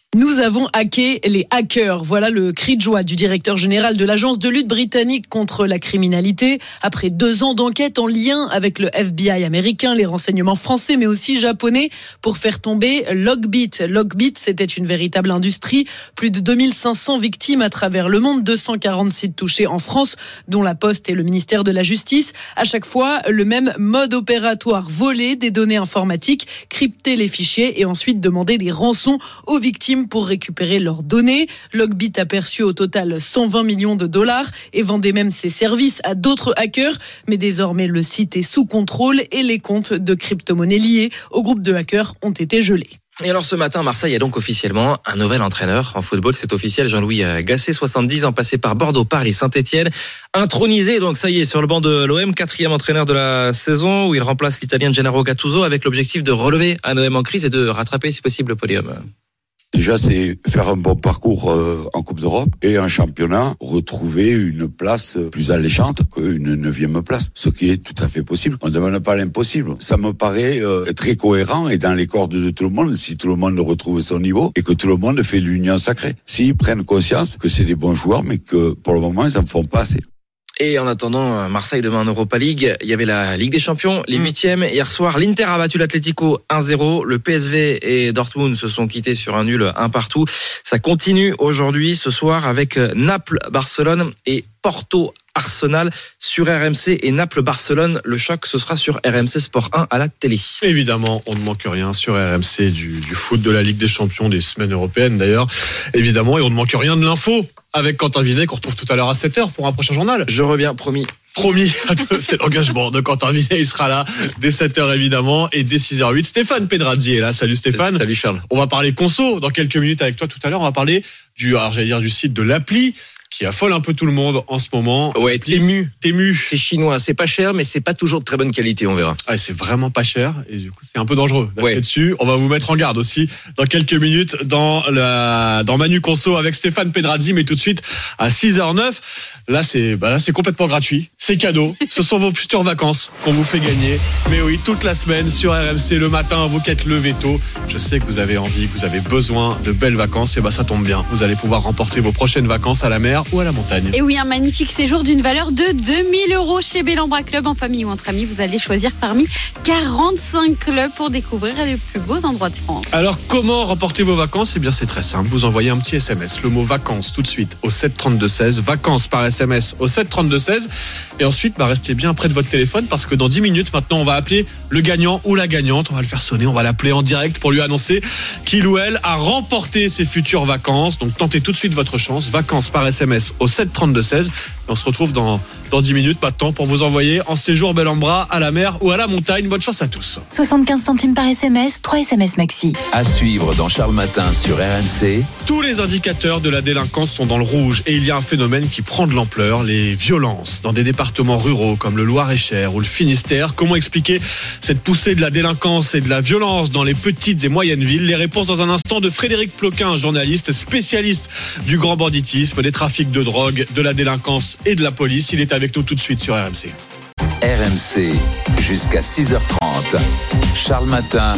Nous avons hacké les hackers. Voilà le cri de joie du directeur général de l'agence de lutte britannique contre la criminalité. Après deux ans d'enquête en lien avec le F B I américain, les renseignements français, mais aussi japonais, pour faire tomber Logbit. Logbit, c'était une véritable industrie. Plus de deux mille cinq cents victimes à travers le monde, deux cent quarante sites touchés en France, dont la Poste et le ministère de la Justice. À chaque fois, le même mode opératoire: voler des données informatiques, crypter les fichiers et ensuite demander des rançons aux victimes pour récupérer leurs données. Logbit a perçu au total cent vingt millions de dollars et vendait même ses services à d'autres hackers. Mais désormais, le site est sous contrôle et les comptes de crypto-monnaies liés au groupe de hackers ont été gelés. Et alors ce matin, Marseille a donc officiellement un nouvel entraîneur. En football, c'est officiel, Jean-Louis Gasset, soixante-dix ans, passé par Bordeaux, Paris, Saint-Etienne. Intronisé, donc ça y est, sur le banc de l'O M, quatrième entraîneur de la saison, où il remplace l'Italien Gennaro Gattuso, avec l'objectif de relever un O M en crise et de rattraper, si possible, le podium. Déjà, c'est faire un bon parcours euh, en Coupe d'Europe et en championnat, retrouver une place plus alléchante qu'une neuvième place, ce qui est tout à fait possible. On ne demande pas l'impossible. Ça me paraît euh, très cohérent et dans les cordes de tout le monde, si tout le monde retrouve son niveau et que tout le monde fait l'union sacrée. S'ils prennent conscience que c'est des bons joueurs, mais que pour le moment, ils n'en font pas assez. Et en attendant, Marseille demain en Europa League, il y avait la Ligue des Champions, les huitièmes. Hier soir, l'Inter a battu l'Atlético un zéro. Le P S V et Dortmund se sont quittés sur un nul un partout. Ça continue aujourd'hui, ce soir, avec Naples, Barcelone et Porto, Arsenal sur R M C et Naples-Barcelone. Le choc, ce sera sur R M C Sport un à la télé. Évidemment, on ne manque rien sur R M C du, du foot, de la Ligue des Champions, des semaines européennes d'ailleurs. Évidemment, et on ne manque rien de l'info avec Quentin Vinet qu'on retrouve tout à l'heure à sept heures pour un prochain journal. Je reviens, promis. Promis, c'est l'engagement de Quentin Vinet, il sera là dès sept heures évidemment et dès six heures huit. Stéphane Pedrazzi est là, salut Stéphane. Salut Charles. On va parler conso dans quelques minutes avec toi tout à l'heure, on va parler du, alors j'allais dire du site de l'appli qui affole un peu tout le monde en ce moment. Ouais, Temu. Temu. C'est chinois, c'est pas cher, mais c'est pas toujours de très bonne qualité, on verra. Ouais, c'est vraiment pas cher et du coup c'est un peu dangereux d'acheter ouais. dessus. On va vous mettre en garde aussi dans quelques minutes dans la dans Manu Conso avec Stéphane Pedrazzi, mais tout de suite à six heures neuf. Là c'est bah là c'est complètement gratuit, c'est cadeau. Ce sont vos futures vacances qu'on vous fait gagner. Mais oui, toute la semaine sur R M C le matin, vous qui êtes levé tôt. Je sais que vous avez envie, que vous avez besoin de belles vacances et bah ça tombe bien. Vous allez pouvoir remporter vos prochaines vacances à la mer ou à la montagne. Et oui, un magnifique séjour d'une valeur de deux mille euros chez Bellambra Club en famille ou entre amis. Vous allez choisir parmi quarante-cinq clubs pour découvrir les plus beaux endroits de France. Alors comment remporter vos vacances ? Eh bien c'est très simple, vous envoyez un petit S M S, le mot vacances tout de suite au sept trente-deux seize, vacances par S M S au sept trente-deux seize et ensuite bah, restez bien près de votre téléphone parce que dans dix minutes maintenant on va appeler le gagnant ou la gagnante, on va le faire sonner, on va l'appeler en direct pour lui annoncer qu'il ou elle a remporté ses futures vacances. Donc tentez tout de suite votre chance, vacances par S M S au sept trente-deux seize. On se retrouve dans, dans dix minutes maintenant pour vous envoyer en séjour Bellambra à la mer ou à la montagne. Bonne chance à tous. soixante-quinze centimes par S M S, trois S M S maxi. À suivre dans Charles Matin sur R M C. Tous les indicateurs de la délinquance sont dans le rouge et il y a un phénomène qui prend de l'ampleur, les violences dans des départements ruraux comme le Loir-et-Cher ou le Finistère. Comment expliquer cette poussée de la délinquance et de la violence dans les petites et moyennes villes ? Les réponses dans un instant de Frédéric Ploquin, journaliste spécialiste du grand banditisme, des trafics de drogue, de la délinquance et de la police. Il est avec nous tout de suite sur R M C. R M C, jusqu'à six heures trente. Charles Matin.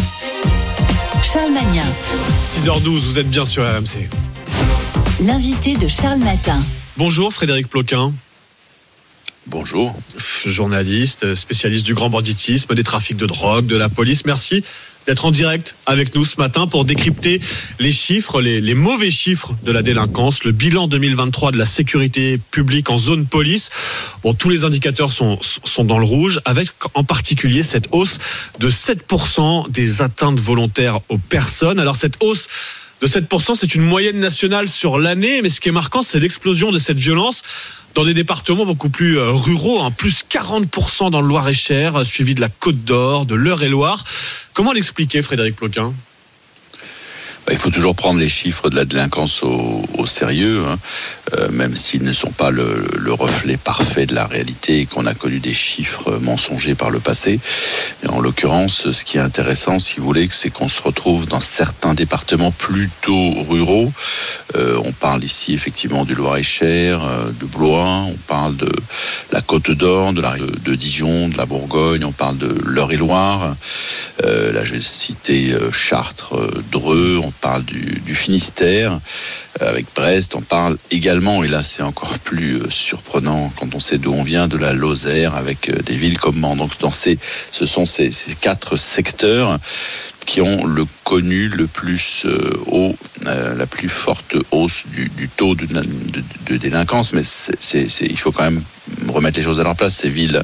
Charles Magnin. six heures douze, vous êtes bien sur R M C. L'invité de Charles Matin. Bonjour Frédéric Ploquin. Bonjour. Journaliste, spécialiste du grand banditisme, des trafics de drogue, de la police. Merci d'être en direct avec nous ce matin pour décrypter les chiffres, les, les mauvais chiffres de la délinquance, le bilan deux mille vingt-trois de la sécurité publique en zone police. Bon, tous les indicateurs sont, sont dans le rouge, avec en particulier cette hausse de sept pour cent des atteintes volontaires aux personnes. Alors cette hausse de sept pour cent, c'est une moyenne nationale sur l'année, mais ce qui est marquant, c'est l'explosion de cette violence dans des départements beaucoup plus ruraux, hein, plus quarante pour cent dans le Loir-et-Cher, suivi de la Côte d'Or, de l'Eure-et-Loir. Comment l'expliquer, Frédéric Ploquin ? Il faut toujours prendre les chiffres de la délinquance au, au sérieux. Hein. euh, même s'ils ne sont pas le, le reflet parfait de la réalité et qu'on a connu des chiffres mensongers par le passé. Mais en l'occurrence, ce qui est intéressant, si vous voulez, c'est qu'on se retrouve dans certains départements plutôt ruraux. Euh, on parle ici effectivement du Loir-et-Cher, euh, de Blois, on parle de la Côte d'Or, de, la, de Dijon, de la Bourgogne, on parle de l'Eure-et-Loire. Euh, là, je vais citer euh, Chartres, euh, Dreux, on parle du, du Finistère. Euh, avec Brest, on parle également, et là c'est encore plus euh, surprenant quand on sait d'où on vient, de la Lozère, avec euh, des villes comme Mans. Donc dans ces, ce sont ces, ces quatre secteurs qui ont le connu le plus euh, haut, euh, la plus forte hausse du, du taux de, de, de délinquance. Mais c'est, c'est, c'est, il faut quand même remettre les choses à leur place. Ces villes,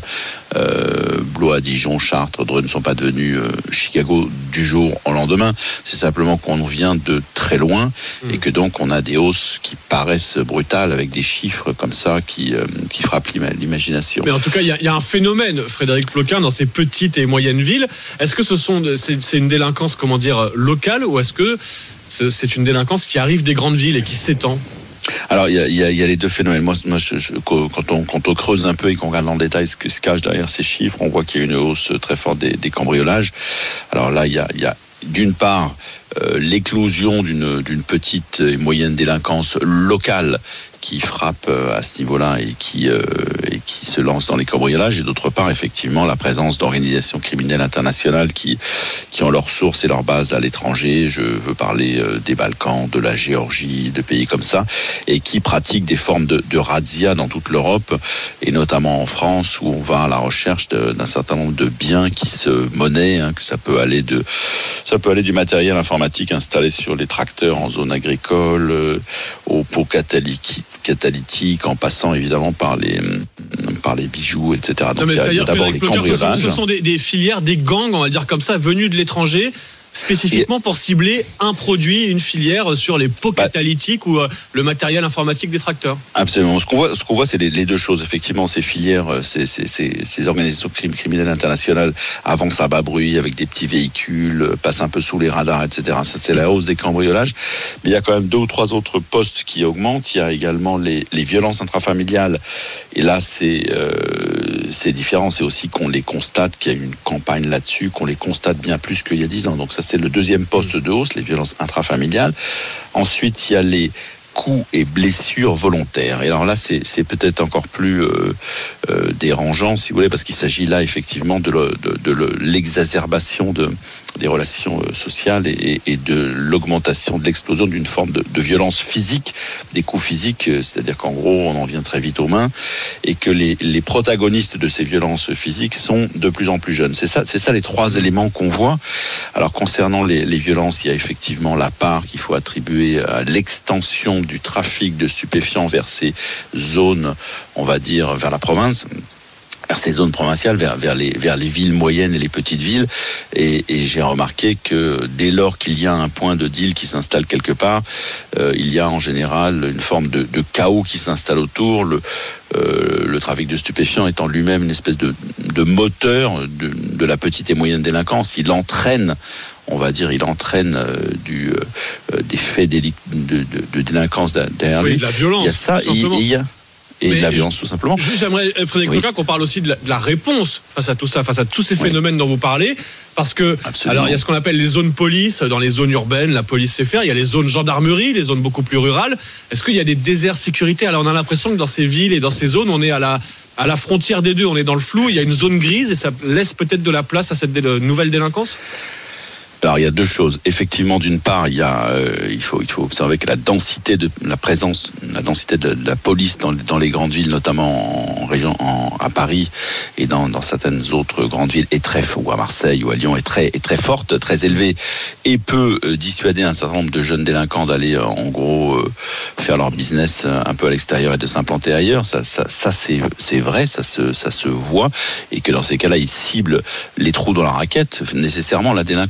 euh, Blois, Dijon, Chartres, Dreux, ne sont pas devenues euh, Chicago du jour au lendemain. C'est simplement qu'on vient de très loin mmh. et que donc on a des hausses qui paraissent brutales avec des chiffres comme ça qui, euh, qui frappent l'imagination. Mais en tout cas, il y, y a un phénomène, Frédéric Ploquin, dans ces petites et moyennes villes. Est-ce que ce sont de, c'est, c'est une délinquance, comment dire, locale, ou est-ce que c'est une délinquance qui arrive des grandes villes et qui s'étend ? Alors, il y a, y, a, y a les deux phénomènes. Moi, moi je, je, quand, on, quand on creuse un peu et qu'on regarde en détail ce qui se cache derrière ces chiffres, on voit qu'il y a une hausse très forte des, des cambriolages. Alors là, il y a, y a d'une part euh, l'éclosion d'une, d'une petite et moyenne délinquance locale qui frappe à ce niveau-là et qui, euh, et qui se lance dans les cambriolages, et d'autre part, effectivement, la présence d'organisations criminelles internationales qui, qui ont leur source et leur base à l'étranger. Je veux parler euh, des Balkans, de la Géorgie, de pays comme ça, et qui pratiquent des formes de, de razzia dans toute l'Europe, et notamment en France, où on va à la recherche de, d'un certain nombre de biens qui se monnaient, hein, que ça peut aller de, ça peut aller du matériel informatique installé sur les tracteurs en zone agricole, euh, aux pots catalytiques, catalytique, en passant évidemment par les, par les bijoux, et cetera. Donc, non, mais c'est-à-dire, d'abord les cambriolages. Ce sont, ce sont des, des filières, des gangs, on va le dire comme ça, venus de l'étranger, spécifiquement pour cibler un produit, une filière sur les pots catalytiques ou euh, le matériel informatique des tracteurs. Absolument. Ce qu'on voit, ce qu'on voit, c'est les, les deux choses. Effectivement, ces filières, ces, ces, ces, ces organisations criminelles internationales avancent à bas bruit avec des petits véhicules, passent un peu sous les radars, et cetera. Ça, c'est la hausse des cambriolages. Mais il y a quand même deux ou trois autres postes qui augmentent. Il y a également les, les violences intrafamiliales. Et là, c'est, euh, c'est différent. C'est aussi qu'on les constate, qu'il y a une campagne là-dessus, qu'on les constate bien plus qu'il y a dix ans. Donc ça, c'est le deuxième poste de hausse, les violences intrafamiliales. Ensuite, il y a les coups et blessures volontaires. Et alors là, c'est, c'est peut-être encore plus euh, euh, dérangeant, si vous voulez, parce qu'il s'agit là effectivement de, le, de, de le, l'exacerbation de, des relations euh, sociales et, et de l'augmentation, de l'explosion d'une forme de, de violence physique, des coups physiques, euh, c'est-à-dire qu'en gros, on en vient très vite aux mains, et que les, les protagonistes de ces violences physiques sont de plus en plus jeunes. C'est ça, c'est ça les trois éléments qu'on voit. Alors concernant les, les violences, il y a effectivement la part qu'il faut attribuer à l'extension du trafic de stupéfiants vers ces zones, on va dire, vers la province, vers ces zones provinciales, vers, vers, les, vers les villes moyennes et les petites villes. Et, et j'ai remarqué que dès lors qu'il y a un point de deal qui s'installe quelque part, euh, il y a en général une forme de, de chaos qui s'installe autour. Le, euh, le trafic de stupéfiants étant lui-même une espèce de, de moteur de, de la petite et moyenne délinquance. Il entraîne on va dire, il entraîne euh, du, euh, des faits de, de, de délinquance derrière oui, lui. De la violence, il y a ça, et, et, il y a, et de la violence, tout simplement. Juste, j'aimerais, Frédéric Ploquin, oui. qu'on parle aussi de la, de la réponse face à tout ça, face à tous ces phénomènes oui. dont vous parlez. Parce que, Absolument. alors, il y a ce qu'on appelle les zones police, dans les zones urbaines, la police sait faire. Il y a les zones gendarmerie, les zones beaucoup plus rurales. Est-ce qu'il y a des déserts sécurité? Alors, on a l'impression que dans ces villes et dans ces zones, on est à la, à la frontière des deux. On est dans le flou, il y a une zone grise et ça laisse peut-être de la place à cette dé- nouvelle délinquance? Alors il y a deux choses. Effectivement, d'une part, il y a, euh, il faut, il faut observer que la densité de la présence, la densité de, de la police dans, dans les grandes villes, notamment en région, en, à Paris et dans, dans certaines autres grandes villes, est très, ou à Marseille ou à Lyon, est très, est très forte, très élevée, et peut euh, dissuader un certain nombre de jeunes délinquants d'aller, euh, en gros, euh, faire leur business euh, un peu à l'extérieur et de s'implanter ailleurs. Ça, ça, ça c'est, c'est vrai, ça se, ça se voit, et que dans ces cas-là, ils ciblent les trous dans la raquette. Nécessairement, la délinquance, elle prend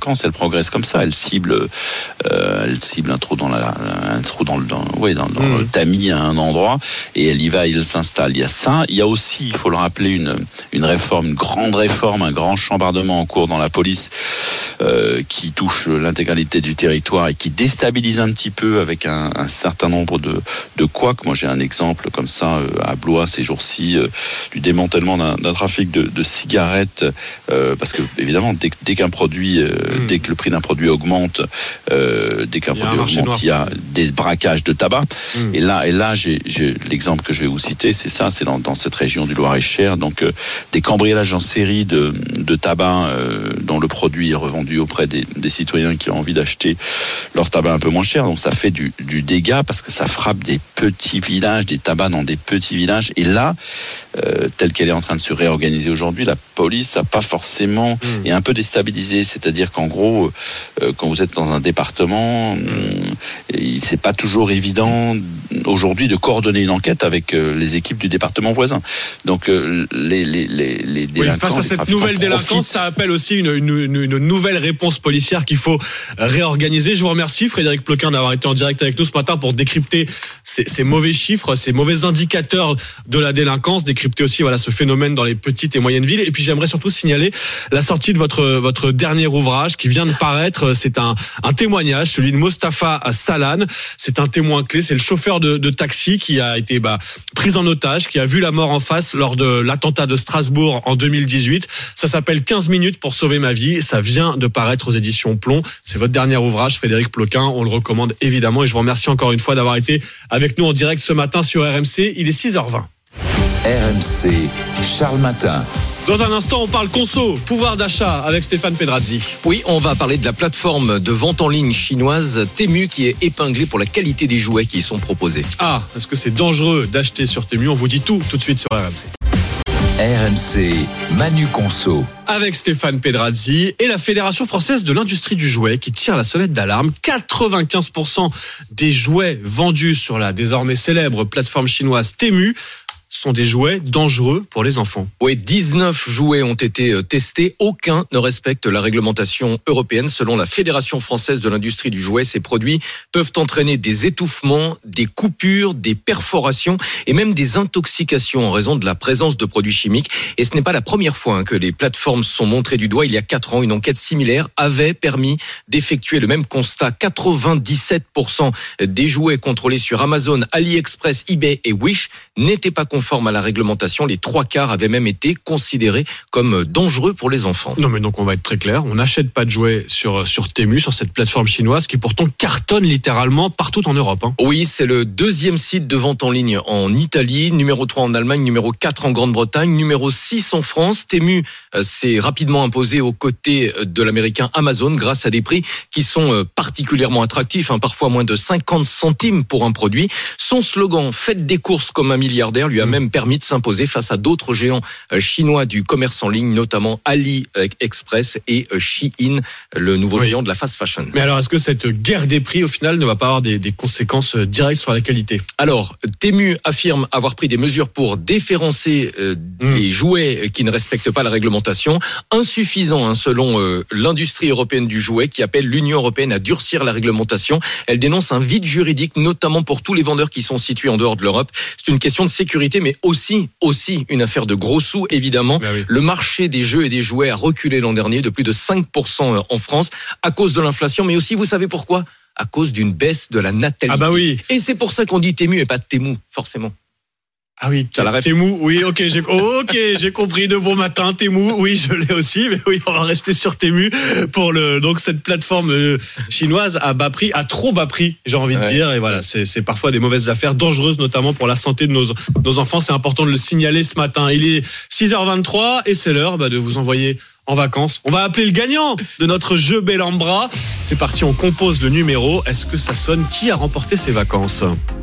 progresse comme ça. Elle cible, euh, elle cible un trou dans la, un trou dans le, dans, ouais, dans, dans mmh. le tamis à un endroit, et elle y va, elle s'installe. Il y a ça. Il y a aussi, il faut le rappeler, une, une réforme, une grande réforme, un grand chambardement en cours dans la police euh, qui touche l'intégralité du territoire et qui déstabilise un petit peu avec un, un certain nombre de, de couacs. Moi, j'ai un exemple comme ça euh, à Blois ces jours-ci euh, du démantèlement d'un, d'un trafic de, de cigarettes, euh, parce que évidemment, dès, dès qu'un produit, euh, mmh. dès que le prix d'un produit augmente, euh, dès qu'un il produit augmente, noir. Il y a des braquages de tabac. Mmh. Et là, et là, j'ai, j'ai l'exemple que je vais vous citer, c'est ça, c'est dans, dans cette région du Loir-et-Cher, donc euh, des cambriolages en série de, de tabac euh, dont le produit est revendu auprès des, des citoyens qui ont envie d'acheter leur tabac un peu moins cher. Donc ça fait du, du dégât parce que ça frappe des petits villages, des tabacs dans des petits villages. Et là, euh, telle qu'elle est en train de se réorganiser aujourd'hui, la police n'a pas forcément mmh. est un peu déstabilisée. C'est-à-dire qu'en gros, euh, quand vous êtes dans un département, mmh. euh, c'est pas toujours évident aujourd'hui de coordonner une enquête avec euh, les équipes du département voisin. Donc euh, les, les, les, les délinquants... Oui, face à cette nouvelle délinquance, ça appelle aussi une, une, une, une nouvelle réponse policière qu'il faut réorganiser. Je vous remercie Frédéric Ploquin d'avoir été en direct avec nous ce matin pour décrypter ces, ces mauvais chiffres, ces mauvais indicateurs de la délinquance, décrypter aussi voilà, ce phénomène dans les petites et moyennes villes. Et puis j'aimerais surtout signaler la sortie de votre, votre dernier ouvrage qui vient de paraître. C'est un, un témoignage, celui de Mostafa Salan. C'est un témoin clé, c'est le chauffeur de, de taxi qui a été bah, pris en otage, qui a vu la mort en face lors de l'attentat de Strasbourg en deux mille dix-huit. Ça s'appelle quinze minutes pour sauver ma vie. Ça vient de paraître aux éditions Plomb. C'est votre dernier ouvrage, Frédéric Ploquin. On le recommande évidemment et je vous remercie encore une fois d'avoir été avec nous en direct ce matin sur R M C. Il est six heures vingt. R M C, Charles Matin. Dans un instant, on parle conso, pouvoir d'achat avec Stéphane Pedrazzi. Oui, on va parler de la plateforme de vente en ligne chinoise Temu qui est épinglée pour la qualité des jouets qui y sont proposés. Ah, est-ce que c'est dangereux d'acheter sur Temu ? On vous dit tout, tout de suite sur R M C. R M C, Manu Conso. Avec Stéphane Pedrazzi et la Fédération française de l'industrie du jouet qui tire la sonnette d'alarme. quatre-vingt-quinze pour cent des jouets vendus sur la désormais célèbre plateforme chinoise Temu sont des jouets dangereux pour les enfants. Oui, dix-neuf jouets ont été testés. Aucun ne respecte la réglementation européenne. Selon la Fédération française de l'industrie du jouet, ces produits peuvent entraîner des étouffements, des coupures, des perforations et même des intoxications en raison de la présence de produits chimiques. Et ce n'est pas la première fois hein, que les plateformes sont montrées du doigt. Il y a quatre ans, une enquête similaire avait permis d'effectuer le même constat. quatre-vingt-dix-sept pour cent des jouets contrôlés sur Amazon, AliExpress, eBay et Wish n'étaient pas conformes à la réglementation. Les trois quarts avaient même été considérés comme dangereux pour les enfants. Non mais donc on va être très clair, on n'achète pas de jouets sur, sur Temu, sur cette plateforme chinoise qui pourtant cartonne littéralement partout en Europe. Hein. Oui, c'est le deuxième site de vente en ligne en Italie, numéro trois en Allemagne, numéro quatre en Grande-Bretagne, numéro six en France. Temu s'est rapidement imposé aux côtés de l'américain Amazon grâce à des prix qui sont particulièrement attractifs, hein, parfois moins de cinquante centimes pour un produit. Son slogan « Faites des courses comme un milliardaire » lui a même permis de s'imposer face à d'autres géants chinois du commerce en ligne, notamment AliExpress et Shein, le nouveau oui. géant de la fast fashion. Mais alors, est-ce que cette guerre des prix, au final, ne va pas avoir des, des conséquences directes sur la qualité ? Alors, Temu affirme avoir pris des mesures pour déférencer euh, mmh. les jouets qui ne respectent pas la réglementation. Insuffisant, hein, selon euh, l'industrie européenne du jouet, qui appelle l'Union européenne à durcir la réglementation. Elle dénonce un vide juridique, notamment pour tous les vendeurs qui sont situés en dehors de l'Europe. C'est une question de sécurité, mais aussi, aussi une affaire de gros sous, évidemment. Ben oui. Le marché des jeux et des jouets a reculé l'an dernier de plus de cinq pour cent en France à cause de l'inflation, mais aussi, vous savez pourquoi ? À cause d'une baisse de la natalité. Ah bah oui. Et c'est pour ça qu'on dit Temu et pas Temu, forcément. Ah oui, Temu, oui, ok, j'ai, ok, j'ai compris de bon matin, Temu, oui, je l'ai aussi, mais oui, on va rester sur Temu pour le, donc cette plateforme chinoise à bas prix, à trop bas prix, j'ai envie ouais. de dire, et voilà, c'est, c'est parfois des mauvaises affaires, dangereuses notamment pour la santé de nos, nos enfants, c'est important de le signaler ce matin. Il est six heures vingt-trois et c'est l'heure bah, de vous envoyer en vacances. On va appeler le gagnant de notre jeu Bellambra. C'est parti, on compose le numéro. Est-ce que ça sonne ? Qui a remporté ses vacances ?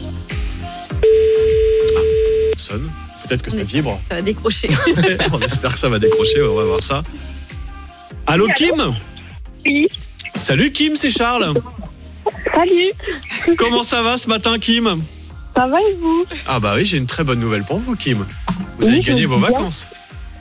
Sonne. Peut-être que on ça vibre. Ça va décrocher. On espère que ça va décrocher, on va voir ça. Allô, oui, Kim ? Oui. Salut Kim, c'est Charles. Salut. Comment ça va ce matin, Kim ? Ça va et vous ? Ah bah oui, j'ai une très bonne nouvelle pour vous, Kim. Vous oui, avez gagné vos bien. vacances.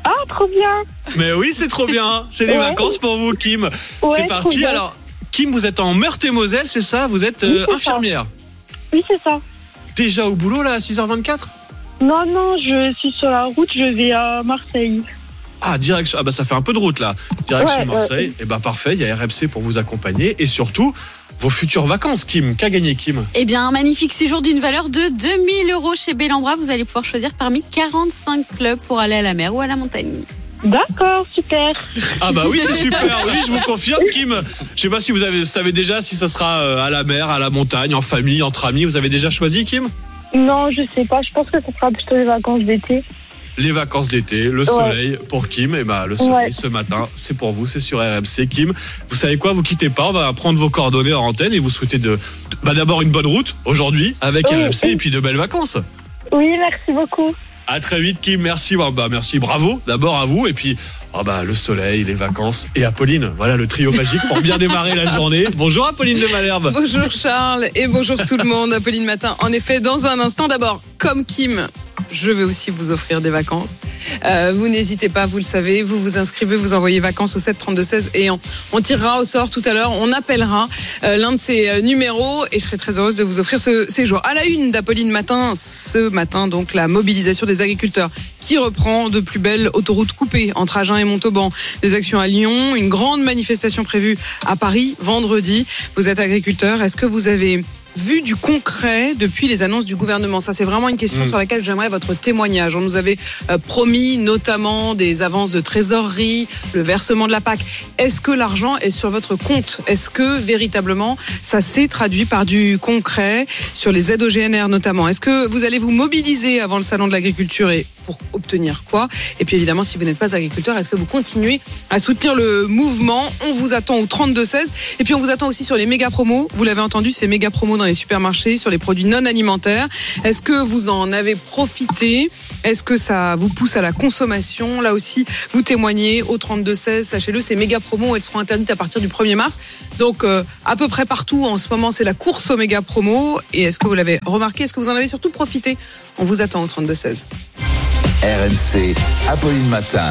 Ah, trop bien. Mais oui, c'est trop bien. C'est les Ouais. vacances pour vous, Kim. Ouais, c'est trop parti. bien. Alors, Kim, vous êtes en Meurthe-et-Moselle, c'est ça? Vous êtes euh, Oui, c'est infirmière. Oui, c'est ça. Déjà au boulot, là, à six heures vingt-quatre? Non, non, je suis sur la route, je vais à Marseille. Ah, direction. Ah, bah, ça fait un peu de route, là. Direction Ouais, Marseille. ouais. Et bah, parfait. Il y a R M C pour vous accompagner. Et surtout, vos futures vacances, Kim. Qu'a gagné, Kim? Eh bien, un magnifique séjour d'une valeur de deux mille euros chez Bellambra. Vous allez pouvoir choisir parmi quarante-cinq clubs pour aller à la mer ou à la montagne. D'accord, super. Ah bah oui, c'est super. Oui, je vous confirme, Kim. Je sais pas si vous avez, savez déjà si ça sera euh, à la mer, à la montagne, en famille, entre amis. Vous avez déjà choisi, Kim? Non, je sais pas, je pense que ce sera plutôt les vacances d'été. Les vacances d'été, le Ouais. soleil pour Kim. Et bah le soleil Ouais. ce matin, c'est pour vous, c'est sur R M C, Kim. Vous savez quoi? Vous quittez pas. On va prendre vos coordonnées en antenne et vous souhaitez de, de- bah d'abord une bonne route aujourd'hui avec Oui. R M C et puis de belles vacances. Oui, merci beaucoup. À très vite, Kim. Merci. Bah, bah, merci. Bravo. D'abord à vous. Et puis, oh bah, le soleil, les vacances et Apolline. Voilà le trio magique pour bien démarrer la journée. Bonjour, Apolline de Malherbe. Bonjour Charles et bonjour tout le monde. Apolline Matin. En effet, dans un instant, d'abord, comme Kim, je vais aussi vous offrir des vacances. Euh, vous n'hésitez pas, vous le savez, vous vous inscrivez, vous envoyez vacances au sept trente-deux seize et on, on tirera au sort tout à l'heure, on appellera euh, l'un de ces euh, numéros et je serai très heureuse de vous offrir ce séjour. À la une d'Apolline Matin, ce matin, donc la mobilisation des agriculteurs qui reprend, de plus belle autoroute coupée entre Agen et Montauban. Des actions à Lyon, une grande manifestation prévue à Paris vendredi. Vous êtes agriculteur, est-ce que vous avez vu du concret depuis les annonces du gouvernement? Ça, c'est vraiment une question Mmh. sur laquelle j'aimerais votre témoignage. On nous avait euh, promis notamment des avances de trésorerie, le versement de la P A C. Est-ce que l'argent est sur votre compte? Est-ce que véritablement ça s'est traduit par du concret sur les aides au G N R notamment? Est-ce que vous allez vous mobiliser avant le salon de l'agriculture et pour obtenir quoi? Et puis évidemment, si vous n'êtes pas agriculteur, est-ce que vous continuez à soutenir le mouvement? On vous attend au trente-deux seize. Et puis on vous attend aussi sur les méga promos. Vous l'avez entendu, ces méga promos dans les supermarchés, sur les produits non alimentaires. Est-ce que vous en avez profité? Est-ce que ça vous pousse à la consommation? Là aussi, vous témoignez au trente-deux seize. Sachez-le, ces méga promos, elles seront interdites à partir du premier mars. Donc, euh, à peu près partout, en ce moment, c'est la course aux méga promos. Et est-ce que vous l'avez remarqué? Est-ce que vous en avez surtout profité? On vous attend au trente-deux seize. R M C, Apolline Matin.